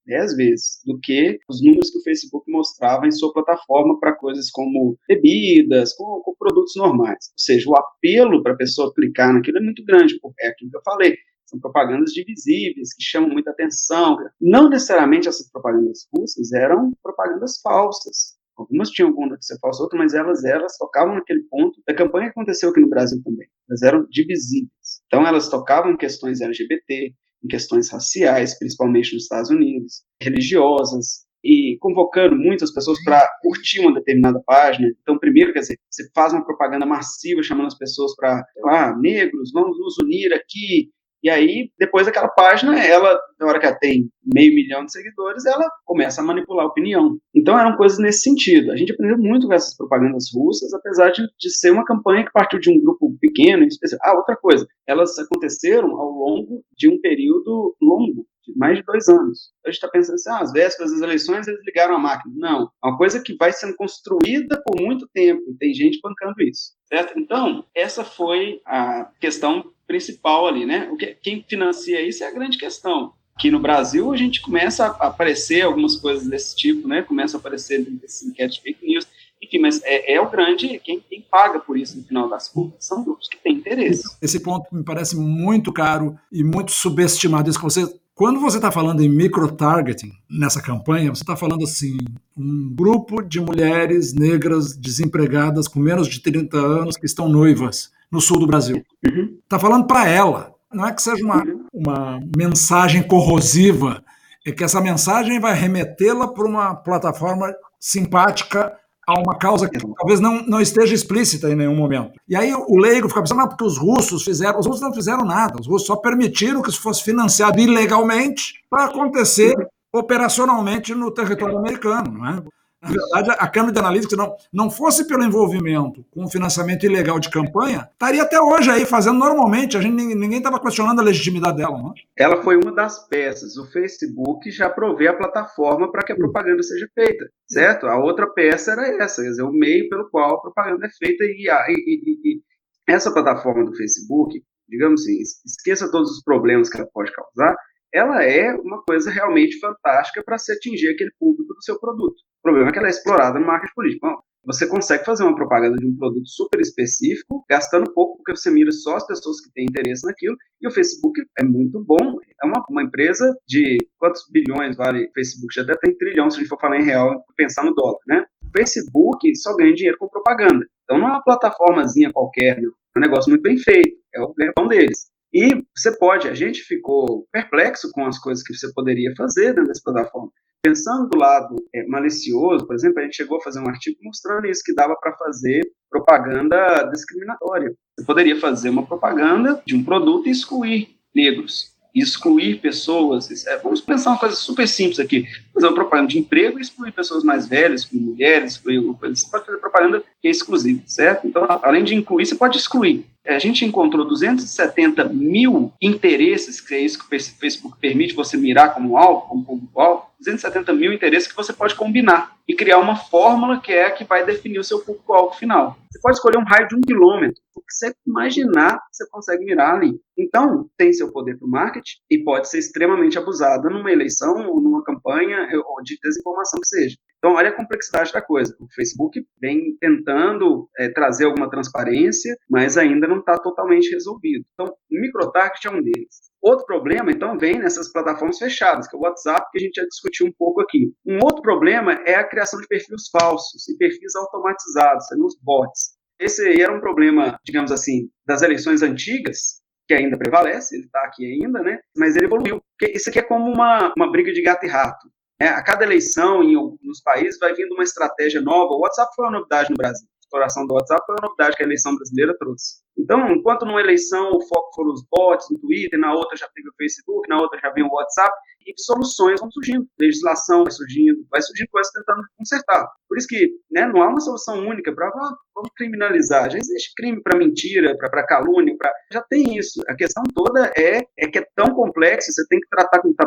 dez vezes, do que os números que o Facebook mostrava em sua plataforma para coisas como bebidas, com, com produtos normais. Ou seja, o apelo para a pessoa clicar naquilo é muito grande, porque é aquilo que eu falei. São propagandas divisíveis, que chamam muita atenção. Não necessariamente essas propagandas russas eram propagandas falsas. Algumas tinham alguma notícia falsa, outras, mas elas, elas tocavam naquele ponto. A campanha aconteceu aqui no Brasil também. Elas eram divisíveis. Então, elas tocavam em questões L G B T, em questões raciais, principalmente nos Estados Unidos, religiosas, e convocando muitas pessoas para curtir uma determinada página. Então, primeiro, quer dizer, você faz uma propaganda massiva chamando as pessoas para, sei lá, negros, vamos nos unir aqui. E aí, depois daquela página, ela, na hora que ela tem meio milhão de seguidores, ela começa a manipular a opinião. Então, eram coisas nesse sentido. A gente aprendeu muito com essas propagandas russas, apesar de, de ser uma campanha que partiu de um grupo pequeno. Ah, outra coisa, elas aconteceram ao longo de um período longo, de mais de dois anos. A gente está pensando assim, ah, às vésperas das eleições eles ligaram a máquina. Não, é uma coisa que vai sendo construída por muito tempo, e tem gente bancando isso, certo? Então, essa foi a questão principal ali, né? O que, quem financia isso é a grande questão. Aqui no Brasil, a gente começa a aparecer algumas coisas desse tipo, né? Começa a aparecer esse enquete de fake news, enfim, mas é, é o grande, quem, quem paga por isso no final das contas são grupos que têm interesse. Esse ponto me parece muito caro e muito subestimado. Isso que você, quando você está falando em micro-targeting nessa campanha, você está falando assim, um grupo de mulheres negras desempregadas com menos de trinta anos que estão noivas no sul do Brasil. Está uhum. falando para ela. Não é que seja uma, uhum. uma mensagem corrosiva, é que essa mensagem vai remetê-la para uma plataforma simpática a uma causa que talvez não, não esteja explícita em nenhum momento. E aí o leigo fica pensando, ah, porque os russos fizeram, os russos não fizeram nada, os russos só permitiram que isso fosse financiado ilegalmente para acontecer operacionalmente no território americano, não é? Na verdade, a Cambridge Analytica, se não, não fosse pelo envolvimento com o financiamento ilegal de campanha, estaria até hoje aí fazendo normalmente, a gente, ninguém estava questionando a legitimidade dela. Não? Ela foi uma das peças. O Facebook já provê a plataforma para que a propaganda seja feita, certo? A outra peça era essa, quer dizer, o meio pelo qual a propaganda é feita. E, a, e, e, e essa plataforma do Facebook, digamos assim, esqueça todos os problemas que ela pode causar, ela é uma coisa realmente fantástica para se atingir aquele público do seu produto. O problema é que ela é explorada no marketing político. Bom, você consegue fazer uma propaganda de um produto super específico, gastando pouco, porque você mira só as pessoas que têm interesse naquilo, e o Facebook é muito bom. É uma, uma empresa de quantos bilhões vale o Facebook? Já deve ter um trilhão, se a gente for falar em real, pensar no dólar, né? O Facebook só ganha dinheiro com propaganda. Então não é uma plataformazinha qualquer, não. É um negócio muito bem feito, é o ganhão deles. E você pode, a gente ficou perplexo com as coisas que você poderia fazer dentro dessa plataforma. Pensando do lado é, malicioso, por exemplo, a gente chegou a fazer um artigo mostrando isso, que dava para fazer propaganda discriminatória. Você poderia fazer uma propaganda de um produto e excluir negros, excluir pessoas. É, vamos pensar uma coisa super simples aqui. Fazer uma propaganda de emprego e excluir pessoas mais velhas, excluir mulheres, excluir alguma coisa. Você pode fazer propaganda que é exclusiva, certo? Então, além de incluir, você pode excluir. A gente encontrou duzentos e setenta mil interesses, que é isso que o Facebook permite você mirar como alvo, como público-alvo, duzentos e setenta mil interesses que você pode combinar e criar uma fórmula que é a que vai definir o seu público-alvo final. Você pode escolher um raio de um quilômetro, o que você imaginar, você consegue mirar ali. Então, tem seu poder para o marketing e pode ser extremamente abusada numa eleição ou numa campanha ou de desinformação que seja. Então, olha a complexidade da coisa. O Facebook vem tentando é, trazer alguma transparência, mas ainda não está totalmente resolvido. Então, o microtarget é um deles. Outro problema, então, vem nessas plataformas fechadas, que é o WhatsApp, que a gente já discutiu um pouco aqui. Um outro problema é a criação de perfis falsos e perfis automatizados, nos bots. Esse aí era um problema, digamos assim, das eleições antigas, que ainda prevalece, ele está aqui ainda, né? Mas ele evoluiu. Isso aqui é como uma, uma briga de gato e rato. É, a cada eleição em, nos países vai vindo uma estratégia nova. O WhatsApp foi uma novidade no Brasil. A exploração do WhatsApp foi uma novidade que a eleição brasileira trouxe. Então, enquanto numa eleição o foco foram os bots no Twitter, na outra já teve o Facebook, na outra já vem o WhatsApp, e soluções vão surgindo. Legislação vai surgindo, vai surgindo coisas tentando consertar. Por isso que né, não há uma solução única para ah, vamos criminalizar. Já existe crime para mentira, para calúnia, pra... já tem isso. A questão toda é, é que é tão complexo, você tem que tratar com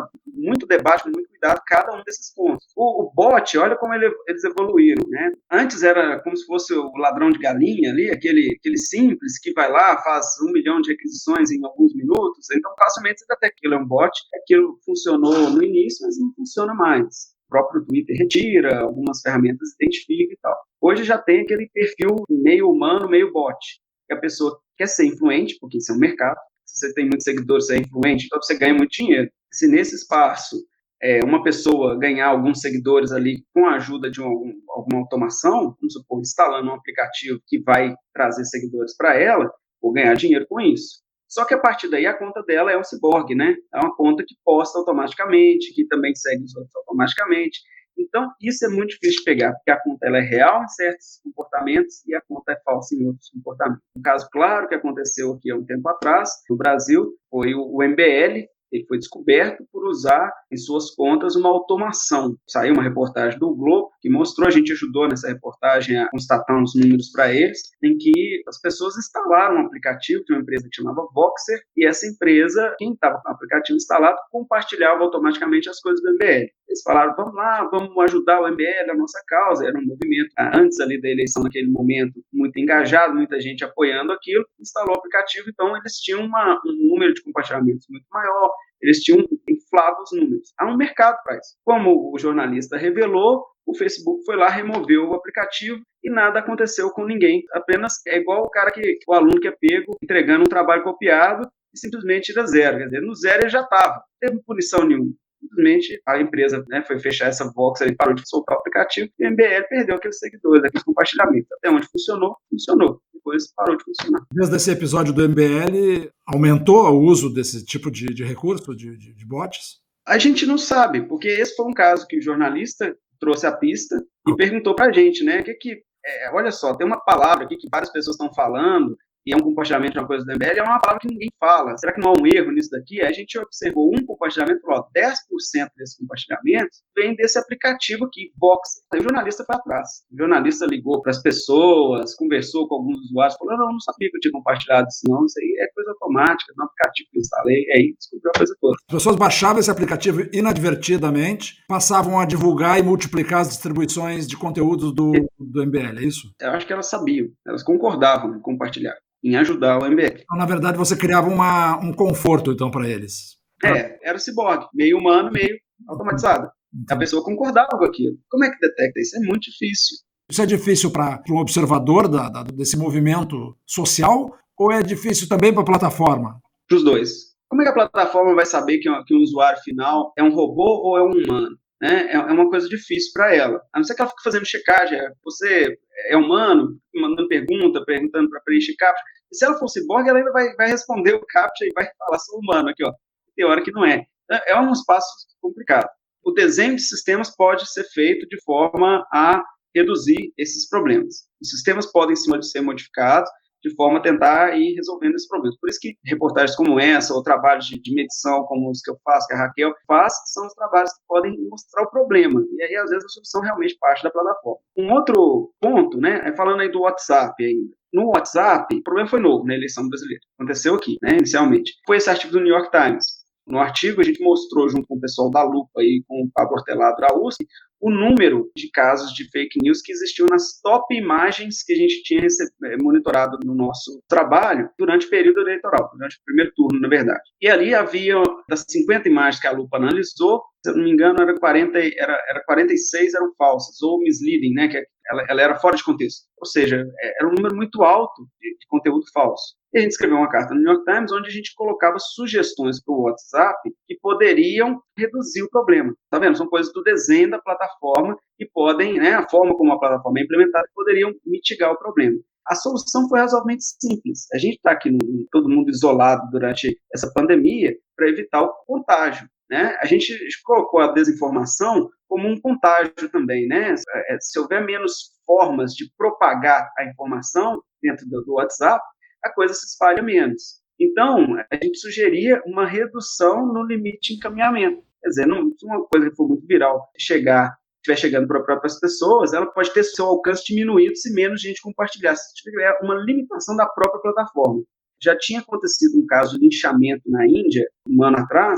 muito debate, com muito cuidado, cada um desses pontos. O, o bot, olha como ele, eles evoluíram, né? Antes era como se fosse o ladrão de galinha ali, aquele, aquele simples que vai lá, faz um milhão de requisições em alguns minutos, então facilmente você até aquilo é um bot, aquilo funcionou no início, mas não funciona mais. O próprio Twitter retira, algumas ferramentas identificam e tal. Hoje já tem aquele perfil meio humano, meio bot, que a pessoa quer ser influente, porque isso é um mercado. Se você tem muitos seguidores, você é influente, então você ganha muito dinheiro. Se nesse espaço é, uma pessoa ganhar alguns seguidores ali com a ajuda de um, alguma automação, vamos supor, instalando um aplicativo que vai trazer seguidores para ela, vou ganhar dinheiro com isso. Só que a partir daí a conta dela é um ciborgue, né? É uma conta que posta automaticamente, que também segue os outros automaticamente. Então, isso é muito difícil de pegar, porque a conta ela é real em certos comportamentos e a conta é falsa em outros comportamentos. Um caso claro que aconteceu aqui há um tempo atrás, no Brasil, foi o M B L. Ele foi descoberto por usar em suas contas uma automação. Saiu uma reportagem do Globo que mostrou, a gente ajudou nessa reportagem a constatar uns números para eles, em que as pessoas instalaram um aplicativo de uma empresa que chamava Voxer, e essa empresa, quem estava com o aplicativo instalado, compartilhava automaticamente as coisas do M B L. Eles falaram, vamos lá, vamos ajudar o M B L, a nossa causa. Era um movimento, antes ali da eleição, naquele momento, muito engajado, muita gente apoiando aquilo, instalou o aplicativo, então eles tinham uma, um número de compartilhamentos muito maior, eles tinham inflado os números. Há um mercado para isso. Como o jornalista revelou, o Facebook foi lá, removeu o aplicativo e nada aconteceu com ninguém. Apenas é igual o cara que, o aluno que é pego entregando um trabalho copiado e simplesmente tira zero. Quer dizer, no zero ele já estava, não teve punição nenhuma. Simplesmente a empresa, né, foi fechar essa box, ele parou de soltar o aplicativo e o M B L perdeu aqueles seguidores, aqueles compartilhamentos. Até onde funcionou, funcionou. Depois parou de funcionar. Desde esse episódio do M B L, aumentou o uso desse tipo de, de recurso, de, de, de bots? A gente não sabe, porque esse foi um caso que o jornalista trouxe à pista e perguntou para a gente, né, que que, é, olha só, tem uma palavra aqui que várias pessoas estão falando, e é um compartilhamento de uma coisa do M B L, é uma palavra que ninguém fala. Será que não há um erro nisso daqui? Aí a gente observou um compartilhamento, falou, dez por cento desses compartilhamentos vem desse aplicativo aqui, Voxer. Aí o jornalista foi atrás. O jornalista ligou para as pessoas, conversou com alguns usuários, falou, não, não sabia que eu tinha compartilhado isso não, isso aí é coisa automática, no aplicativo que eu instalei, aí descobriu a coisa toda. As pessoas baixavam esse aplicativo inadvertidamente, passavam a divulgar e multiplicar as distribuições de conteúdos do, do M B L, é isso? Eu acho que elas sabiam, elas concordavam em compartilhar, em ajudar o M B L. Então, na verdade, você criava uma, um conforto, então, para eles. É, era o ciborgue, meio humano, meio automatizado. Entendi. A pessoa concordava com aquilo. Como é que detecta isso? É muito difícil. Isso é difícil para um observador da, da, desse movimento social ou é difícil também para a plataforma? Para os dois. Como é que a plataforma vai saber que, que um usuário final é um robô ou é um humano? Né? É, é uma coisa difícil para ela. A não ser que ela fique fazendo checagem. Você é humano, mandando pergunta, perguntando para preencher captcha. E se ela for ciborgue, ela ainda vai, vai responder o captcha e vai falar, sou humano aqui, ó. Tem hora que não é. É um espaço complicado. O desenho de sistemas pode ser feito de forma a reduzir esses problemas. Os sistemas podem ser modificados de forma a tentar ir resolvendo esses problemas. Por isso que reportagens como essa, ou trabalhos de, de medição como os que eu faço, que a Raquel faz, são os trabalhos que podem mostrar o problema. E aí, às vezes, a solução realmente parte da plataforma. Um outro ponto, né, é falando aí do WhatsApp ainda. No WhatsApp, o problema foi novo na eleição brasileira. Aconteceu aqui, né, inicialmente. Foi esse artigo do New York Times. No artigo, a gente mostrou, junto com o pessoal da Lupa e com o Pablo Hortelado da U S P, o número de casos de fake news que existiam nas top imagens que a gente tinha monitorado no nosso trabalho durante o período eleitoral, durante o primeiro turno, na verdade. E ali havia, das cinquenta imagens que a Lupa analisou, se eu não me engano, era quarenta, era, era quarenta e seis eram falsas, ou misleading, né, que ela, ela era fora de contexto. Ou seja, era um número muito alto de, de conteúdo falso. E a gente escreveu uma carta no New York Times onde a gente colocava sugestões para o WhatsApp que poderiam reduzir o problema. Tá vendo? São coisas do desenho da plataforma que podem, né, a forma como a plataforma é implementada, poderiam mitigar o problema. A solução foi razoavelmente simples. A gente está aqui, no, todo mundo isolado durante essa pandemia para evitar o contágio. Né? A gente colocou a desinformação como um contágio também. Né? Se houver menos formas de propagar a informação dentro do, do WhatsApp, a coisa se espalha menos. Então, a gente sugeria uma redução no limite de encaminhamento. Quer dizer, não, se uma coisa que for muito viral chegar, estiver chegando para próprias pessoas, ela pode ter seu alcance diminuído se menos gente compartilhar, se tiver uma limitação da própria plataforma. Já tinha acontecido um caso de linchamento na Índia, um ano atrás,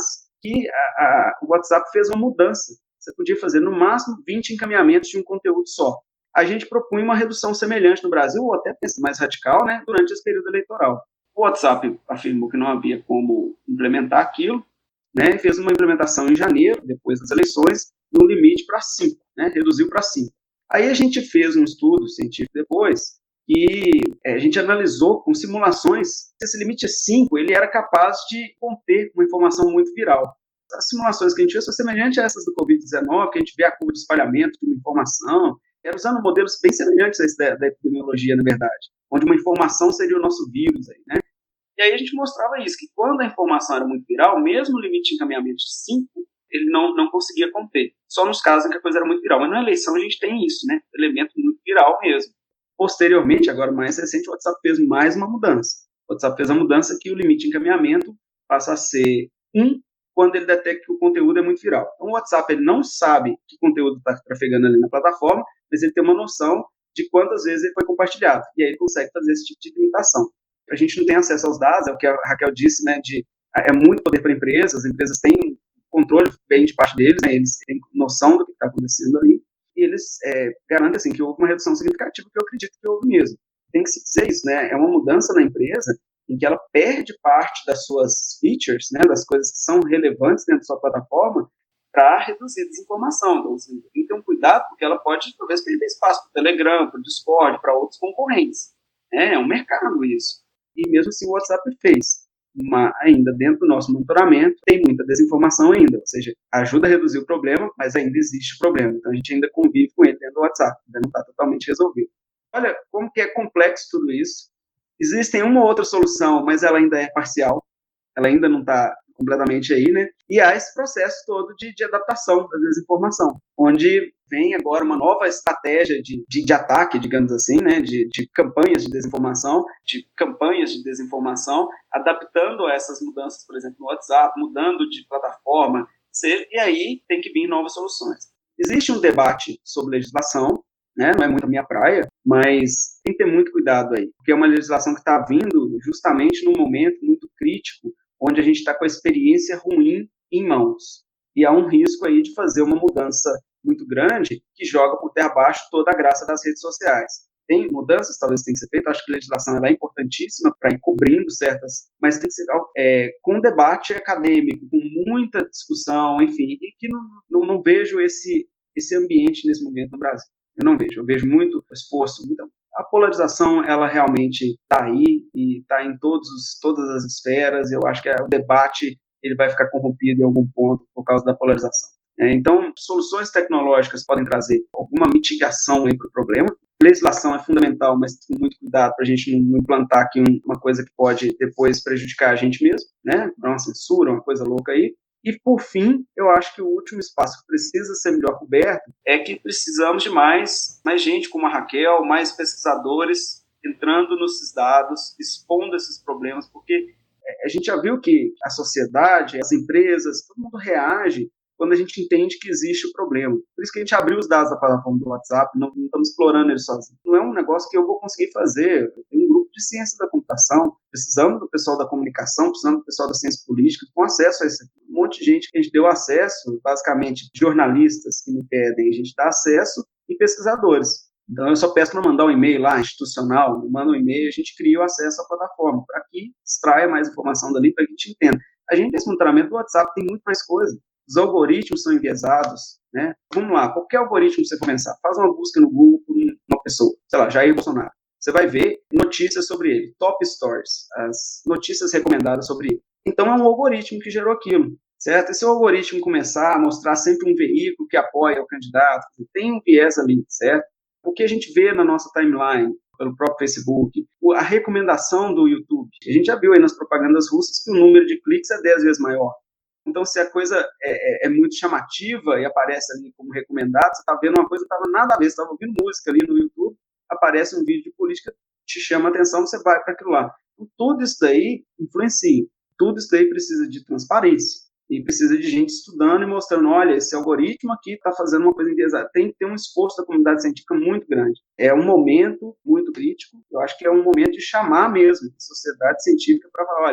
que a, a, o WhatsApp fez uma mudança. Você podia fazer, no máximo, vinte encaminhamentos de um conteúdo só. A gente propunha uma redução semelhante no Brasil, ou até mais radical, né, durante esse período eleitoral. O WhatsApp afirmou que não havia como implementar aquilo, né, fez uma implementação em janeiro, depois das eleições, no limite para cinco, né, reduziu para cinco. Aí a gente fez um estudo científico depois, e é, a gente analisou com simulações, esse limite é cinco, ele era capaz de conter uma informação muito viral. As simulações que a gente fez são semelhantes a essas do covid dezenove, que a gente vê a curva de espalhamento de uma informação, era usando modelos bem semelhantes a esse da, da epidemiologia, na verdade, onde uma informação seria o nosso vírus aí, né? E aí a gente mostrava isso, que quando a informação era muito viral, mesmo o limite de encaminhamento de cinco, ele não, não conseguia conter. Só nos casos em que a coisa era muito viral. Mas na eleição a gente tem isso, né? Elemento muito viral mesmo. Posteriormente, agora mais recente, o WhatsApp fez mais uma mudança. O WhatsApp fez a mudança que o limite de encaminhamento passa a ser um quando ele detecta que o conteúdo é muito viral. Então o WhatsApp ele não sabe que conteúdo está trafegando ali na plataforma, mas ele tem uma noção de quantas vezes ele foi compartilhado. E aí ele consegue fazer esse tipo de limitação. A gente não tem acesso aos dados, é o que a Raquel disse, né, de, é muito poder para empresas, as empresas têm controle bem de parte deles, né, eles têm noção do que está acontecendo ali, e eles é, garantem assim, que houve uma redução significativa, que eu acredito que houve mesmo. Tem que se dizer isso, né, é uma mudança na empresa em que ela perde parte das suas features, né, das coisas que são relevantes dentro da sua plataforma, para reduzir a desinformação. Então, assim, tem que ter um cuidado, porque ela pode, talvez, perder espaço para o Telegram, para o Discord, para outros concorrentes. É, é um mercado isso. E mesmo assim o WhatsApp fez. Mas ainda dentro do nosso monitoramento tem muita desinformação ainda, ou seja, ajuda a reduzir o problema, mas ainda existe o problema. Então a gente ainda convive com ele dentro do WhatsApp, ainda não está totalmente resolvido. Olha como que é complexo tudo isso. Existem uma ou outra solução, mas ela ainda é parcial, ela ainda não está completamente aí, né? E há esse processo todo de, de adaptação da desinformação, onde vem agora uma nova estratégia de, de, de ataque, digamos assim, né? De, de campanhas de desinformação, de campanhas de desinformação, adaptando essas mudanças, por exemplo, no WhatsApp, mudando de plataforma, e aí tem que vir novas soluções. Existe um debate sobre legislação, né? Não é muito a minha praia, mas tem que ter muito cuidado aí, porque é uma legislação que está vindo justamente num momento muito crítico, onde a gente está com a experiência ruim em mãos. E há um risco aí de fazer uma mudança muito grande que joga por terra abaixo toda a graça das redes sociais. Tem mudanças, talvez tenham que ser feitas, acho que a legislação ela é importantíssima para ir cobrindo certas, mas tem que ser é, com debate acadêmico, com muita discussão, enfim, e que não, não, não vejo esse, esse ambiente nesse momento no Brasil. Eu não vejo, eu vejo muito esforço, muita a polarização, ela realmente está aí e está em todos os, todas as esferas. Eu acho que o debate ele vai ficar corrompido em algum ponto por causa da polarização. É, então, soluções tecnológicas podem trazer alguma mitigação para o problema. Legislação é fundamental, mas com muito cuidado para a gente não implantar aqui uma coisa que pode depois prejudicar a gente mesmo, né? Uma censura, uma coisa louca aí. E, por fim, eu acho que o último espaço que precisa ser melhor coberto é que precisamos de mais, mais gente como a Raquel, mais pesquisadores entrando nesses dados, expondo esses problemas, porque a gente já viu que a sociedade, as empresas, todo mundo reage quando a gente entende que existe o problema. Por isso que a gente abriu os dados da plataforma do WhatsApp, não, não estamos explorando ele sozinho. Não é um negócio que eu vou conseguir fazer. Eu tenho um grupo de ciência da computação, precisamos do pessoal da comunicação, precisamos do pessoal da ciência política, com acesso a esse um monte de gente que a gente deu acesso, basicamente jornalistas que me pedem, a gente dá acesso, e pesquisadores. Então eu só peço para mandar um e-mail lá, institucional, me manda um e-mail, a gente cria o acesso à plataforma, para que extraia mais informação dali, para que a gente entenda. A gente, nesse monitoramento do WhatsApp, tem muito mais coisa. Os algoritmos são enviesados, né? Vamos lá, qualquer algoritmo que você for pensar, faz uma busca no Google por uma pessoa, sei lá, Jair Bolsonaro. Você vai ver notícias sobre ele, top stories, as notícias recomendadas sobre ele. Então é um algoritmo que gerou aquilo, certo? E se o algoritmo começar a mostrar sempre um veículo que apoia o candidato, tem um viés ali, certo? O que a gente vê na nossa timeline, pelo próprio Facebook, a recomendação do YouTube, a gente já viu aí nas propagandas russas que o número de cliques é dez vezes maior. Então, se a coisa é, é, é muito chamativa e aparece ali como recomendado, você está vendo uma coisa que estava nada a ver, você estava ouvindo música ali no YouTube, aparece um vídeo de política, te chama a atenção, você vai para aquilo lá. Então, tudo isso daí influencia, tudo isso daí precisa de transparência e precisa de gente estudando e mostrando, olha, esse algoritmo aqui está fazendo uma coisa enviesada. Tem que ter um esforço da comunidade científica muito grande. É um momento muito crítico, eu acho que é um momento de chamar mesmo a sociedade científica para falar, olha,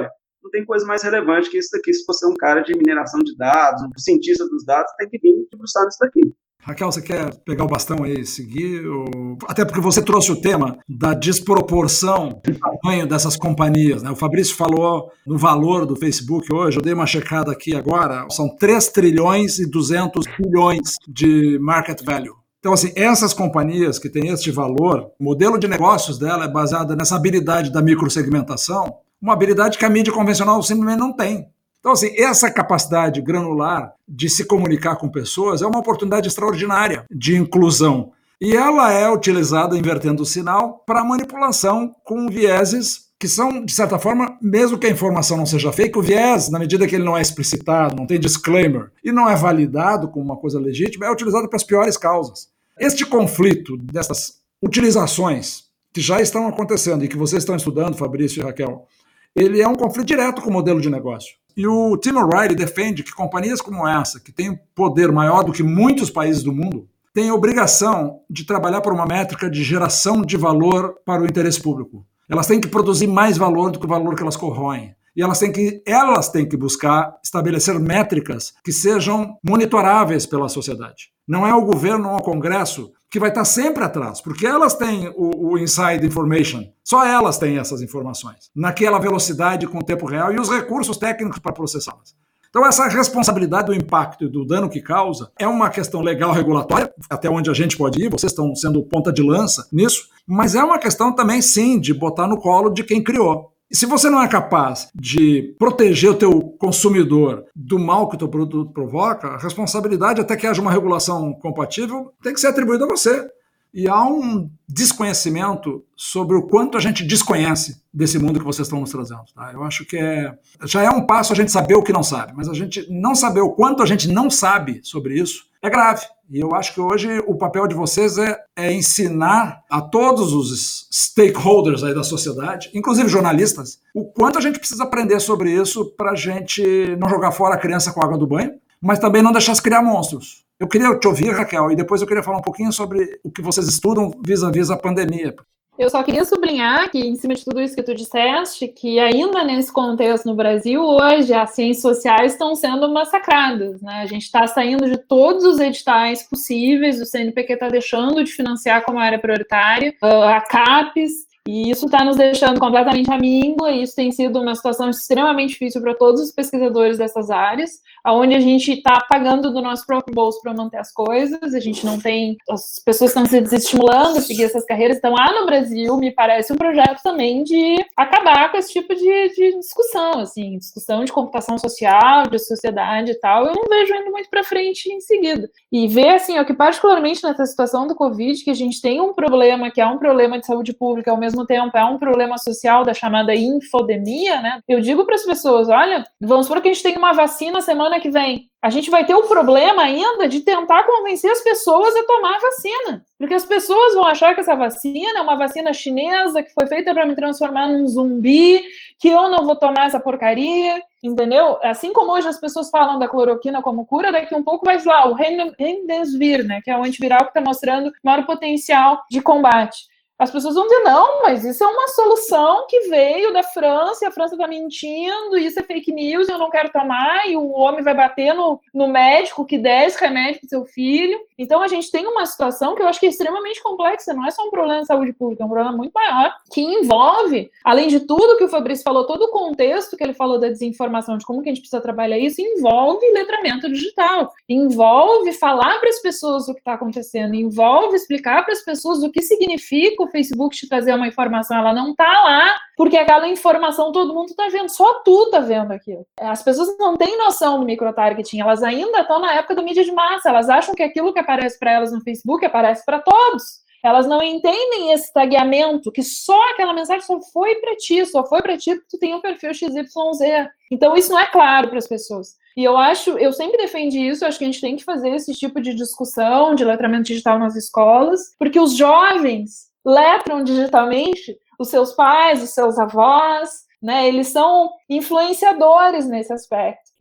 não tem coisa mais relevante que isso daqui. Se você é um cara de mineração de dados, um cientista dos dados, tem que vir debruçar nisso daqui. Raquel, você quer pegar o bastão aí e seguir? Ou... Até porque você trouxe o tema da desproporção do tamanho dessas companhias, né? O Fabrício falou no valor do Facebook hoje, eu dei uma checada aqui agora, são três trilhões e duzentos bilhões de market value. Então, assim, essas companhias que têm este valor, o modelo de negócios dela é baseado nessa habilidade da microsegmentação, uma habilidade que a mídia convencional simplesmente não tem. Então, assim, essa capacidade granular de se comunicar com pessoas é uma oportunidade extraordinária de inclusão. E ela é utilizada, invertendo o sinal, para manipulação com vieses que são, de certa forma, mesmo que a informação não seja fake, o viés, na medida que ele não é explicitado, não tem disclaimer, e não é validado como uma coisa legítima, é utilizado para as piores causas. Este conflito dessas utilizações que já estão acontecendo e que vocês estão estudando, Fabrício e Raquel, ele é um conflito direto com o modelo de negócio. E o Tim O'Reilly defende que companhias como essa, que têm poder maior do que muitos países do mundo, têm a obrigação de trabalhar por uma métrica de geração de valor para o interesse público. Elas têm que produzir mais valor do que o valor que elas corroem. E elas têm que, elas têm que buscar estabelecer métricas que sejam monitoráveis pela sociedade. Não é o governo ou o Congresso que vai estar sempre atrás, porque elas têm o, o inside information, só elas têm essas informações, naquela velocidade com o tempo real e os recursos técnicos para processá-las. Então essa responsabilidade do impacto e do dano que causa é uma questão legal regulatória, até onde a gente pode ir, vocês estão sendo ponta de lança nisso, mas é uma questão também sim de botar no colo de quem criou. E se você não é capaz de proteger o teu consumidor do mal que o teu produto provoca, a responsabilidade, até que haja uma regulação compatível, tem que ser atribuída a você. E há um desconhecimento sobre o quanto a gente desconhece desse mundo que vocês estão nos trazendo. Tá? Eu acho que é, já é um passo a gente saber o que não sabe, mas a gente não saber o quanto a gente não sabe sobre isso é grave. E eu acho que hoje o papel de vocês é, é ensinar a todos os stakeholders aí da sociedade, inclusive jornalistas, o quanto a gente precisa aprender sobre isso para a gente não jogar fora a criança com a água do banho, mas também não deixar se criar monstros. Eu queria te ouvir, Raquel, e depois eu queria falar um pouquinho sobre o que vocês estudam vis-à-vis a pandemia. Eu só queria sublinhar que, em cima de tudo isso que tu disseste, que ainda nesse contexto no Brasil, hoje, as ciências sociais estão sendo massacradas, né? A gente está saindo de todos os editais possíveis, o C N Pq está deixando de financiar como área prioritária, a CAPES, e isso está nos deixando completamente à míngua, e isso tem sido uma situação extremamente difícil para todos os pesquisadores dessas áreas, onde a gente está pagando do nosso próprio bolso para manter as coisas, a gente não tem, as pessoas estão se desestimulando a seguir essas carreiras, então há no Brasil, me parece, um projeto também de acabar com esse tipo de, de discussão, assim, discussão de computação social, de sociedade e tal, eu não vejo indo muito para frente em seguida. E ver, assim, ó, que particularmente nessa situação do Covid, que a gente tem um problema, que é um problema de saúde pública, ao mesmo tempo é um problema social da chamada infodemia, né? Eu digo para as pessoas, olha, vamos supor que a gente tem uma vacina semana que vem. A gente vai ter o problema ainda de tentar convencer as pessoas a tomar a vacina. Porque as pessoas vão achar que essa vacina é uma vacina chinesa que foi feita para me transformar num zumbi, que eu não vou tomar essa porcaria, entendeu? Assim como hoje as pessoas falam da cloroquina como cura, daqui um pouco vai lá o Remdesivir, né, que é o antiviral que está mostrando maior potencial de combate. As pessoas vão dizer, não, mas isso é uma solução que veio da França, e a França está mentindo, isso é fake news, eu não quero tomar, e o homem vai bater no, no médico que der esse remédio para o seu filho. Então a gente tem uma situação que eu acho que é extremamente complexa, não é só um problema de saúde pública, é um problema muito maior, que envolve, além de tudo que o Fabrício falou, todo o contexto que ele falou da desinformação, de como que a gente precisa trabalhar isso, envolve letramento digital, envolve falar para as pessoas o que está acontecendo, envolve explicar para as pessoas o que significa o Facebook te trazer uma informação, ela não tá lá, porque aquela informação todo mundo tá vendo, só tu tá vendo aquilo. As pessoas não têm noção do microtargeting, elas ainda estão na época do mídia de massa, elas acham que aquilo que aparece para elas no Facebook aparece para todos. Elas não entendem esse tagueamento, que só aquela mensagem só foi para ti, só foi para ti porque tu tem um perfil X Y Z. Então isso não é claro para as pessoas. E eu acho, eu sempre defendi isso, eu acho que a gente tem que fazer esse tipo de discussão de letramento digital nas escolas, porque os jovens letram digitalmente os seus pais, os seus avós, né? Eles são influenciadores nesse aspecto.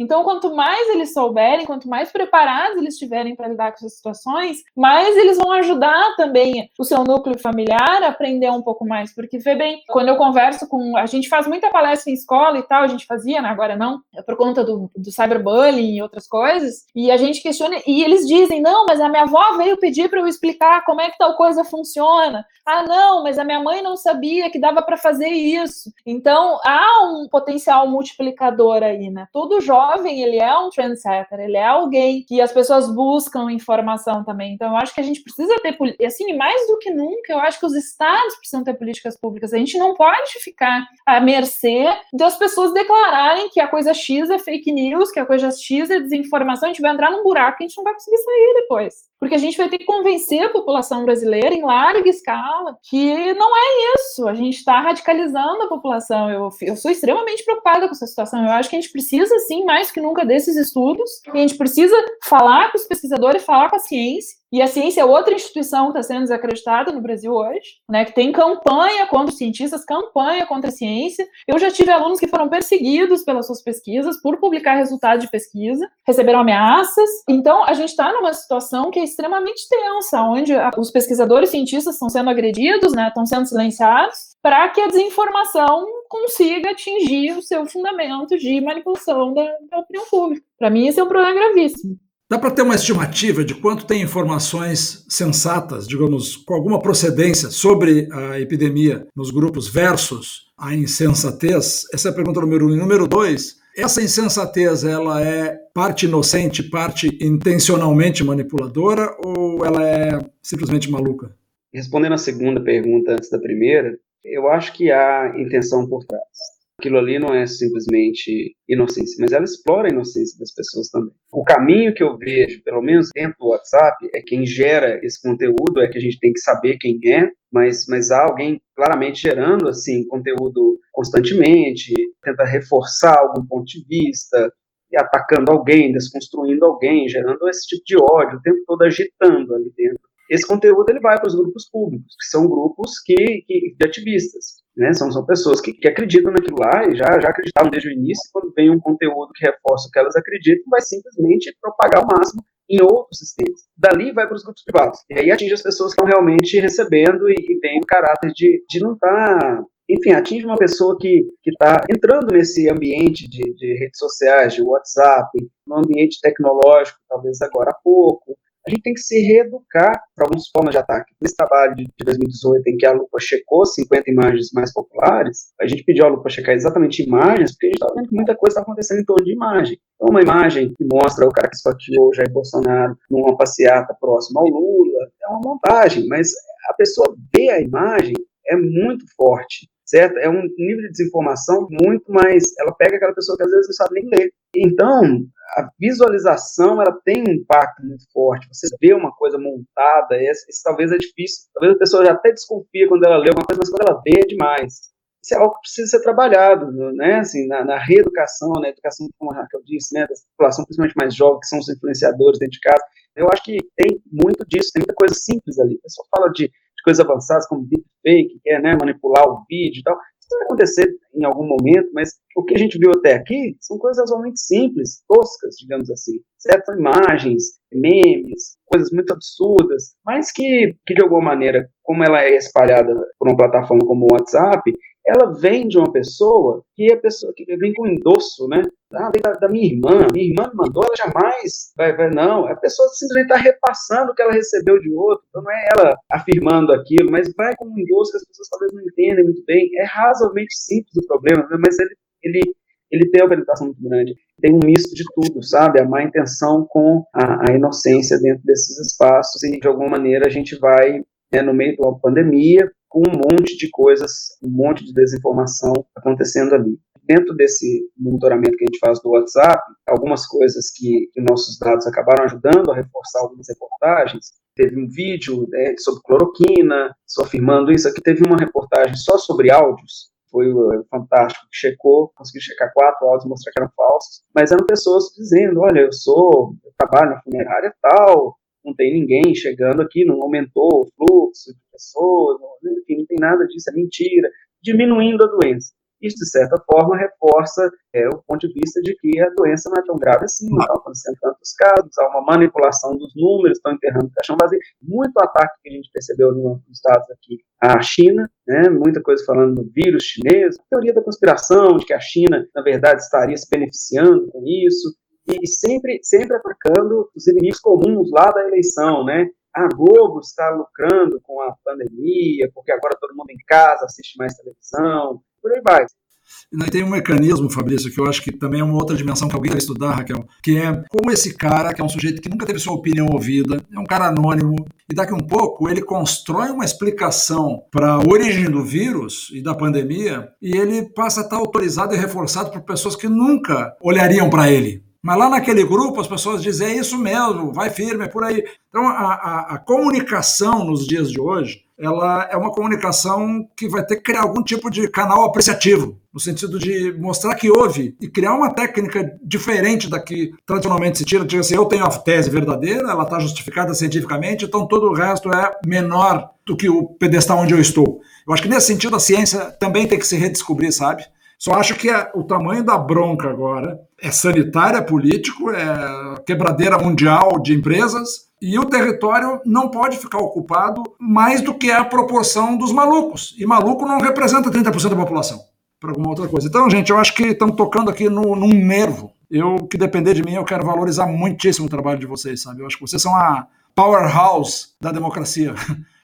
Então, quanto mais eles souberem, quanto mais preparados eles estiverem para lidar com essas situações, mais eles vão ajudar também o seu núcleo familiar a aprender um pouco mais. Porque, vê bem, quando eu converso com... A gente faz muita palestra em escola e tal, a gente fazia, né, agora não, por conta do, do cyberbullying e outras coisas, e a gente questiona, e eles dizem, não, mas a minha avó veio pedir para eu explicar como é que tal coisa funciona. Ah, não, mas a minha mãe não sabia que dava para fazer isso. Então, há um potencial multiplicador aí, né? Todo jovem, ele é um trendsetter, ele é alguém que as pessoas buscam informação também. Então, eu acho que a gente precisa ter, assim, mais do que nunca, eu acho que os estados precisam ter políticas públicas. A gente não pode ficar à mercê das pessoas declararem que a coisa X é fake news, que a coisa X é desinformação, a gente vai entrar num buraco que a gente não vai conseguir sair depois. Porque a gente vai ter que convencer a população brasileira em larga escala que não é isso. A gente está radicalizando a população. Eu, eu sou extremamente preocupada com essa situação. Eu acho que a gente precisa, sim, mais que nunca desses estudos. E a gente precisa falar com os pesquisadores, falar com a ciência. E a ciência é outra instituição que está sendo desacreditada no Brasil hoje, né, que tem campanha contra os cientistas, campanha contra a ciência. Eu já tive alunos que foram perseguidos pelas suas pesquisas, por publicar resultados de pesquisa, receberam ameaças. Então, a gente está numa situação que é extremamente tensa, onde os pesquisadores cientistas estão sendo agredidos, né, estão sendo silenciados, para que a desinformação consiga atingir o seu fundamento de manipulação da, da opinião pública. Para mim, esse é um problema gravíssimo. Dá para ter uma estimativa de quanto tem informações sensatas, digamos, com alguma procedência sobre a epidemia nos grupos versus a insensatez? Essa é a pergunta número um. E número dois, essa insensatez, ela é parte inocente, parte intencionalmente manipuladora, ou ela é simplesmente maluca? Respondendo a segunda pergunta antes da primeira, eu acho que há intenção por trás. Aquilo ali não é simplesmente inocência, mas ela explora a inocência das pessoas também. O caminho que eu vejo, pelo menos dentro do WhatsApp, é quem gera esse conteúdo, é que a gente tem que saber quem é, mas, mas há alguém claramente gerando assim, conteúdo constantemente, tenta reforçar algum ponto de vista, atacando alguém, desconstruindo alguém, gerando esse tipo de ódio, o tempo todo agitando ali dentro. Esse conteúdo ele vai para os grupos públicos, que são grupos que, que, de ativistas. Né? São, são pessoas que, que acreditam naquilo lá e já, já acreditavam desde o início. Quando vem um conteúdo que reforça o que elas acreditam, vai simplesmente propagar ao máximo em outros sistemas. Dali vai para os grupos privados. E aí atinge as pessoas que estão realmente recebendo e, e tem o caráter de, de não estar... Tá, enfim, atinge uma pessoa que está entrando nesse ambiente de, de redes sociais, de WhatsApp, no ambiente tecnológico, talvez agora há pouco. A gente tem que se reeducar para algumas formas de ataque. Nesse trabalho de dois mil e dezoito, em que a Lupa checou cinquenta imagens mais populares, a gente pediu a Lupa checar exatamente imagens, porque a gente estava vendo que muita coisa está acontecendo em torno de imagem. Então, uma imagem que mostra o cara que esfaqueou o Jair Bolsonaro numa passeata próxima ao Lula, é uma montagem, mas a pessoa vê a imagem, é muito forte. Certo? É um nível de desinformação muito mais... Ela pega aquela pessoa que às vezes não sabe nem ler. Então, a visualização ela tem um impacto muito forte. Você vê uma coisa montada, esse, esse talvez é difícil. Talvez a pessoa já até desconfia quando ela lê uma coisa, mas quando ela vê é demais. Isso é algo que precisa ser trabalhado, né? Assim, na, na reeducação, na educação, como a Raquel disse, né? Da população, principalmente mais jovem, que são os influenciadores dentro de casa. Eu acho que tem muito disso, tem muita coisa simples ali. O pessoal fala de coisas avançadas como deepfake, que é, né, manipular o vídeo e tal. Isso vai acontecer em algum momento, mas o que a gente viu até aqui são coisas razoavelmente simples, toscas, digamos assim. Certo? Imagens, memes, coisas muito absurdas, mas que, que de alguma maneira, como ela é espalhada por uma plataforma como o WhatsApp, ela vem de uma pessoa que é a pessoa que vem com endosso, né? Ah, vem da, da minha irmã, minha irmã me mandou, ela jamais vai, vai, não. A pessoa simplesmente está repassando o que ela recebeu de outro, então não é ela afirmando aquilo, mas vai com um endosso que as pessoas talvez não entendem muito bem. É razoavelmente simples o problema, né? Mas ele, ele, ele tem uma penetração muito grande. Tem um misto de tudo, sabe? A má intenção com a, a inocência dentro desses espaços e, de alguma maneira, a gente vai, né, no meio de uma pandemia, com um monte de coisas, um monte de desinformação acontecendo ali. Dentro desse monitoramento que a gente faz do WhatsApp, algumas coisas que, que nossos dados acabaram ajudando a reforçar algumas reportagens. Teve um vídeo, né, sobre cloroquina, só afirmando isso. Aqui teve uma reportagem só sobre áudios, foi uh, fantástico, checou, conseguiu checar quatro áudios e mostrar que eram falsos, mas eram pessoas dizendo, olha, eu sou, eu trabalho na funerária tal, não tem ninguém chegando aqui, não aumentou o fluxo de pessoas, não, enfim, não tem nada disso, é mentira, diminuindo a doença. Isso, de certa forma, reforça é, o ponto de vista de que a doença não é tão grave assim, não estão acontecendo tantos casos, há uma manipulação dos números, estão enterrando o caixão vazio. Muito ataque que a gente percebeu nos Estados aqui à China, né, muita coisa falando do vírus chinês, teoria da conspiração, de que a China, na verdade, estaria se beneficiando com isso, e sempre, sempre atacando os inimigos comuns lá da eleição, né? A Globo está lucrando com a pandemia, porque agora todo mundo em casa assiste mais televisão, por aí vai. E tem um mecanismo, Fabrício, que eu acho que também é uma outra dimensão que alguém vai estudar, Raquel, que é como esse cara, que é um sujeito que nunca teve sua opinião ouvida, é um cara anônimo, e daqui a um pouco ele constrói uma explicação para a origem do vírus e da pandemia, e ele passa a estar autorizado e reforçado por pessoas que nunca olhariam para ele. Mas lá naquele grupo as pessoas dizem, é isso mesmo, vai firme, é por aí. Então a, a, a comunicação nos dias de hoje, ela é uma comunicação que vai ter que criar algum tipo de canal apreciativo, no sentido de mostrar que houve e criar uma técnica diferente da que tradicionalmente se tira. Diga assim, eu tenho a tese verdadeira, ela está justificada cientificamente, então todo o resto é menor do que o pedestal onde eu estou. Eu acho que nesse sentido a ciência também tem que se redescobrir, sabe? Só acho que a, o tamanho da bronca agora é sanitário, é político, é quebradeira mundial de empresas, e o território não pode ficar ocupado mais do que a proporção dos malucos. E maluco não representa trinta por cento da população, para alguma outra coisa. Então, gente, eu acho que estamos tocando aqui no, num nervo. Eu, que depender de mim, eu quero valorizar muitíssimo o trabalho de vocês, sabe? Eu acho que vocês são a powerhouse da democracia.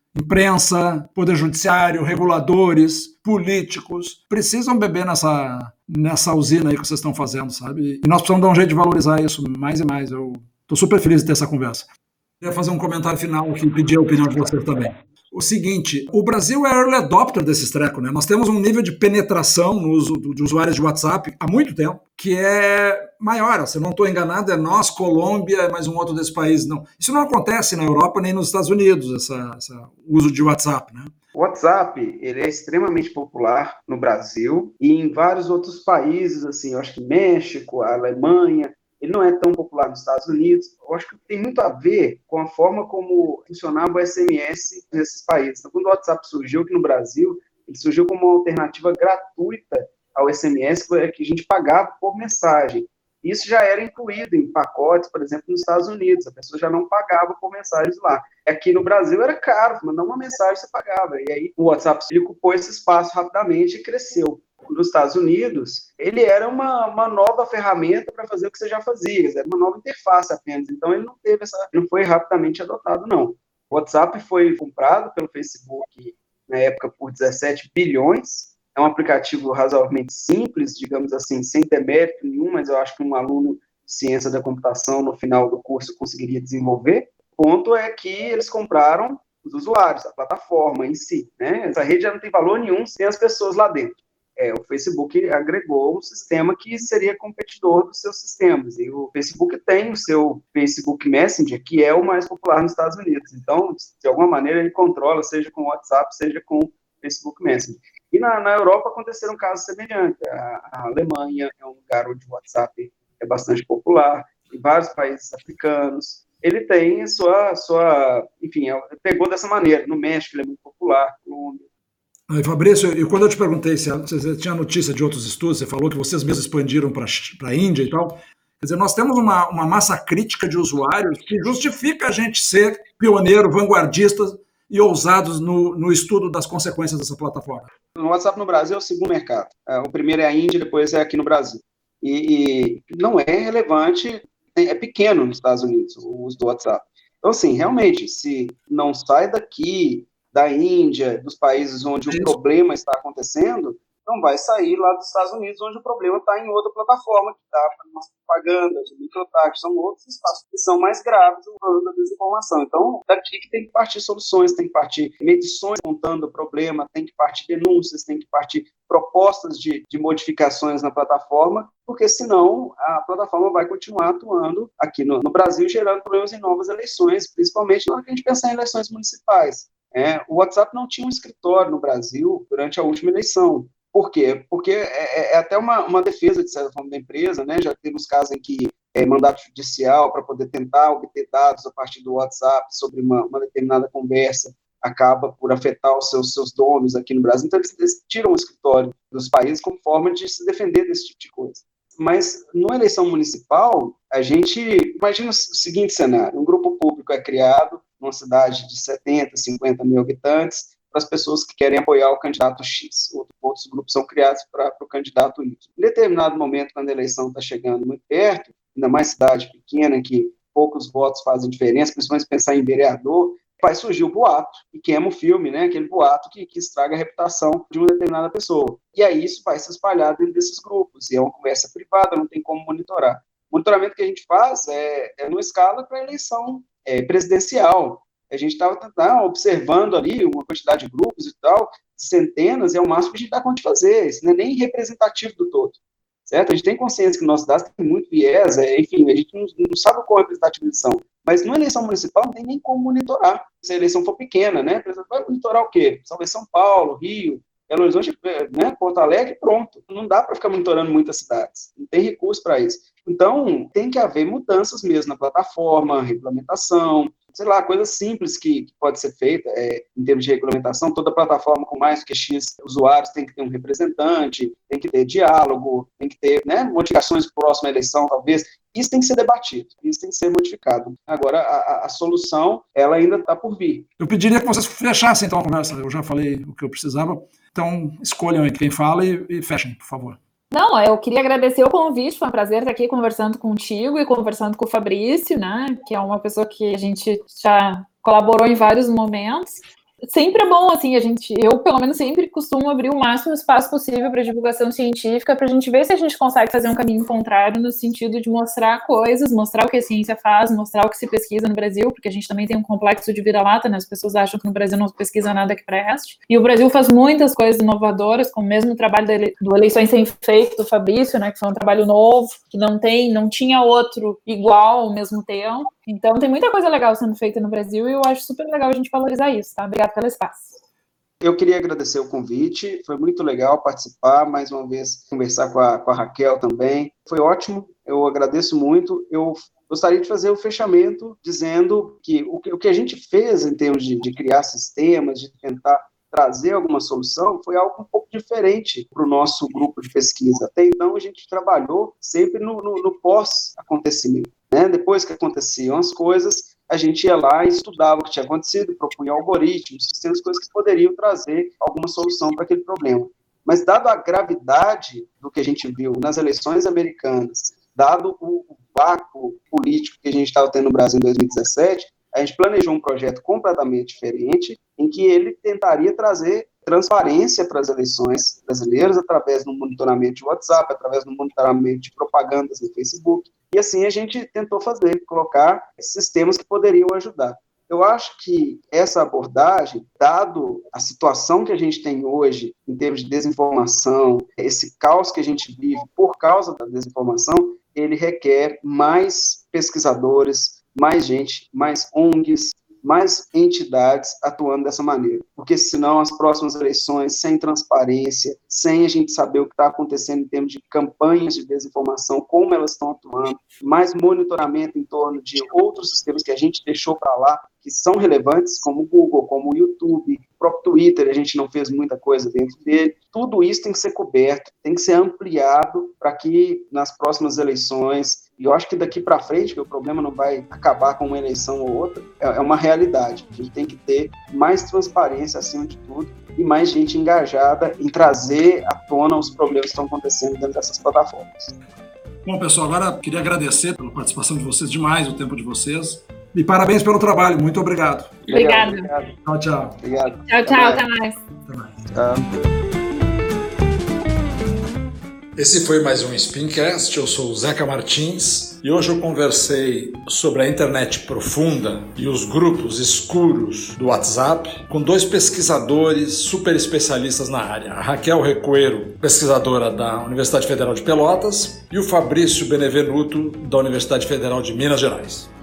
Imprensa, poder judiciário, reguladores, políticos, precisam beber nessa, nessa usina aí que vocês estão fazendo, sabe? E nós precisamos dar um jeito de valorizar isso mais e mais. Eu estou super feliz de ter essa conversa. Eu queria fazer um comentário final aqui e pedir a opinião de vocês também. O seguinte, o Brasil é early adopter desses trecos, né? Nós temos um nível de penetração no uso de usuários de WhatsApp há muito tempo, que é maior, se eu não estou enganado, é nós, Colômbia, mais um outro desses países. Não. Isso não acontece na Europa nem nos Estados Unidos, essa, essa uso de WhatsApp, né? O WhatsApp, ele é extremamente popular no Brasil e em vários outros países, assim, eu acho que México, a Alemanha. Ele não é tão popular nos Estados Unidos. Eu acho que tem muito a ver com a forma como funcionava o S M S nesses países. Então, quando o WhatsApp surgiu aqui no Brasil, ele surgiu como uma alternativa gratuita ao S M S, que a gente pagava por mensagem. Isso já era incluído em pacotes, por exemplo, nos Estados Unidos. A pessoa já não pagava por mensagens lá. Aqui no Brasil era caro, mandar uma mensagem você pagava. E aí o WhatsApp ele ocupou esse espaço rapidamente e cresceu. Nos Estados Unidos, ele era uma, uma nova ferramenta para fazer o que você já fazia, era uma nova interface apenas, então ele não teve essa, não foi rapidamente adotado, não. O WhatsApp foi comprado pelo Facebook na época por dezessete bilhões, é um aplicativo razoavelmente simples, digamos assim, sem ter mérito nenhum, mas eu acho que um aluno de ciência da computação no final do curso conseguiria desenvolver. O ponto é que eles compraram os usuários, a plataforma em si, né? Essa rede já não tem valor nenhum sem as pessoas lá dentro. É, o Facebook agregou um sistema que seria competidor dos seus sistemas, e o Facebook tem o seu Facebook Messenger, que é o mais popular nos Estados Unidos, então, de alguma maneira, ele controla, seja com o WhatsApp, seja com o Facebook Messenger. E na, na Europa aconteceram casos semelhantes, a, a Alemanha é um lugar onde o WhatsApp é bastante popular, em vários países africanos, ele tem sua, sua enfim, pegou dessa maneira, no México ele é muito popular, Colômbia. Fabrício, e quando eu te perguntei se você tinha notícia de outros estudos, você falou que vocês mesmos expandiram para a Índia e tal. Quer dizer, nós temos uma, uma massa crítica de usuários que justifica a gente ser pioneiro, vanguardista e ousados no, no estudo das consequências dessa plataforma. O WhatsApp no Brasil é o segundo mercado. O primeiro é a Índia, depois é aqui no Brasil. E, e não é relevante, é pequeno nos Estados Unidos o uso do WhatsApp. Então, assim, realmente, se não sai daqui, da Índia, dos países onde o problema está acontecendo, não vai sair lá dos Estados Unidos, onde o problema está em outra plataforma, que está nas propagandas, o microtax, são outros espaços que são mais graves no problema da desinformação. Então, daqui que tem que partir soluções, tem que partir medições contando o problema, tem que partir denúncias, tem que partir propostas de, de modificações na plataforma, porque senão a plataforma vai continuar atuando aqui no, no Brasil, gerando problemas em novas eleições, principalmente na hora que a gente pensar em eleições municipais. É, o WhatsApp não tinha um escritório no Brasil durante a última eleição. Por quê? Porque é, é até uma, uma defesa, de certa forma, da empresa, né? Já temos casos em que é mandato judicial para poder tentar obter dados a partir do WhatsApp sobre uma, uma determinada conversa acaba por afetar os seus, seus donos aqui no Brasil. Então, eles, eles tiram o escritório dos países como forma de se defender desse tipo de coisa. Mas, numa eleição municipal, a gente imagina o seguinte cenário: um grupo público é criado numa cidade de setenta, cinquenta mil habitantes, para as pessoas que querem apoiar o candidato X. Outros grupos são criados para o candidato Y. Em determinado momento, quando a eleição está chegando muito perto, ainda mais cidade pequena, em que poucos votos fazem diferença, principalmente se pensar em vereador, vai surgir o boato, e queima o filme, né? Aquele boato que, que estraga a reputação de uma determinada pessoa. E aí isso vai se espalhar dentro desses grupos, e é uma conversa privada, não tem como monitorar. O monitoramento que a gente faz é, é numa escala para a eleição é, presidencial. A gente estava observando ali uma quantidade de grupos e tal, centenas, é o máximo que a gente dá conta de fazer. Isso não é nem representativo do todo, certo? A gente tem consciência que nossos dados têm muito viés, é, enfim, a gente não, não sabe qual é a representatividade. Mas numa eleição municipal não tem nem como monitorar, se a eleição for pequena, né? Vai monitorar o quê? Talvez São Paulo, Rio, Belo Horizonte, né? Porto Alegre, pronto. Não dá para ficar monitorando muitas cidades, não tem recurso para isso. Então, tem que haver mudanças mesmo na plataforma, regulamentação, sei lá, coisas simples que, que pode ser feita é, em termos de regulamentação. Toda plataforma com mais do que X usuários tem que ter um representante, tem que ter diálogo, tem que ter, né, modificações próxima à eleição, talvez. Isso tem que ser debatido, isso tem que ser modificado. Agora, a, a, a solução, ela ainda está por vir. Eu pediria que vocês fechassem, então, a conversa. Eu já falei o que eu precisava. Então, escolham aí quem fala e, e fechem, por favor. Não, eu queria agradecer o convite, foi um prazer estar aqui conversando contigo e conversando com o Fabrício, né, que é uma pessoa que a gente já colaborou em vários momentos. Sempre é bom, assim, a gente, eu pelo menos sempre costumo abrir o máximo espaço possível para divulgação científica, para a gente ver se a gente consegue fazer um caminho contrário no sentido de mostrar coisas, mostrar o que a ciência faz, mostrar o que se pesquisa no Brasil, porque a gente também tem um complexo de vira-lata, né, as pessoas acham que no Brasil não se pesquisa nada que preste, e o Brasil faz muitas coisas inovadoras, como mesmo o trabalho do Eleições Sem Fake do Fabrício, né, que foi um trabalho novo, que não tem, não tinha outro igual ao mesmo tempo. Então, tem muita coisa legal sendo feita no Brasil e eu acho super legal a gente valorizar isso, tá? Obrigada pelo espaço. Eu queria agradecer o convite, foi muito legal participar, mais uma vez, conversar com a, com a Raquel também. Foi ótimo, eu agradeço muito. Eu gostaria de fazer o fechamento dizendo que o que, o que a gente fez em termos de, de criar sistemas, de tentar trazer alguma solução, foi algo um pouco diferente para o nosso grupo de pesquisa. Até então, a gente trabalhou sempre no, no, no pós-acontecimento. Né? Depois que aconteciam as coisas, a gente ia lá e estudava o que tinha acontecido, propunha algoritmos, sistemas, coisas que poderiam trazer alguma solução para aquele problema. Mas, dado a gravidade do que a gente viu nas eleições americanas, dado o vácuo político que a gente estava tendo no Brasil em dois mil e dezessete, a gente planejou um projeto completamente diferente, em que ele tentaria trazer transparência para as eleições brasileiras através do monitoramento de WhatsApp, através do monitoramento de propagandas no Facebook, e assim a gente tentou fazer, colocar sistemas que poderiam ajudar. Eu acho que essa abordagem, dado a situação que a gente tem hoje, em termos de desinformação, esse caos que a gente vive por causa da desinformação, ele requer mais pesquisadores, mais gente, mais O N Gs, mais entidades atuando dessa maneira. Porque senão as próximas eleições, sem transparência, sem a gente saber o que está acontecendo em termos de campanhas de desinformação, como elas estão atuando, mais monitoramento em torno de outros sistemas que a gente deixou para lá, que são relevantes, como o Google, como o YouTube, o próprio Twitter, a gente não fez muita coisa dentro dele. Tudo isso tem que ser coberto, tem que ser ampliado para que nas próximas eleições, e eu acho que daqui para frente, que o problema não vai acabar com uma eleição ou outra, é uma realidade. A gente tem que ter mais transparência acima de tudo e mais gente engajada em trazer à tona os problemas que estão acontecendo dentro dessas plataformas. Bom, pessoal, agora eu queria agradecer pela participação de vocês demais, o tempo de vocês. E parabéns pelo trabalho. Muito obrigado. Obrigada. Tchau, tchau. Obrigado. Tchau, tchau. Até mais. Até mais. Tchau. Esse foi mais um Spincast. Eu sou o Zeca Martins e hoje eu conversei sobre a internet profunda e os grupos escuros do WhatsApp com dois pesquisadores super especialistas na área. A Raquel Recoeiro, pesquisadora da Universidade Federal de Pelotas, e o Fabrício Benevenuto, da Universidade Federal de Minas Gerais.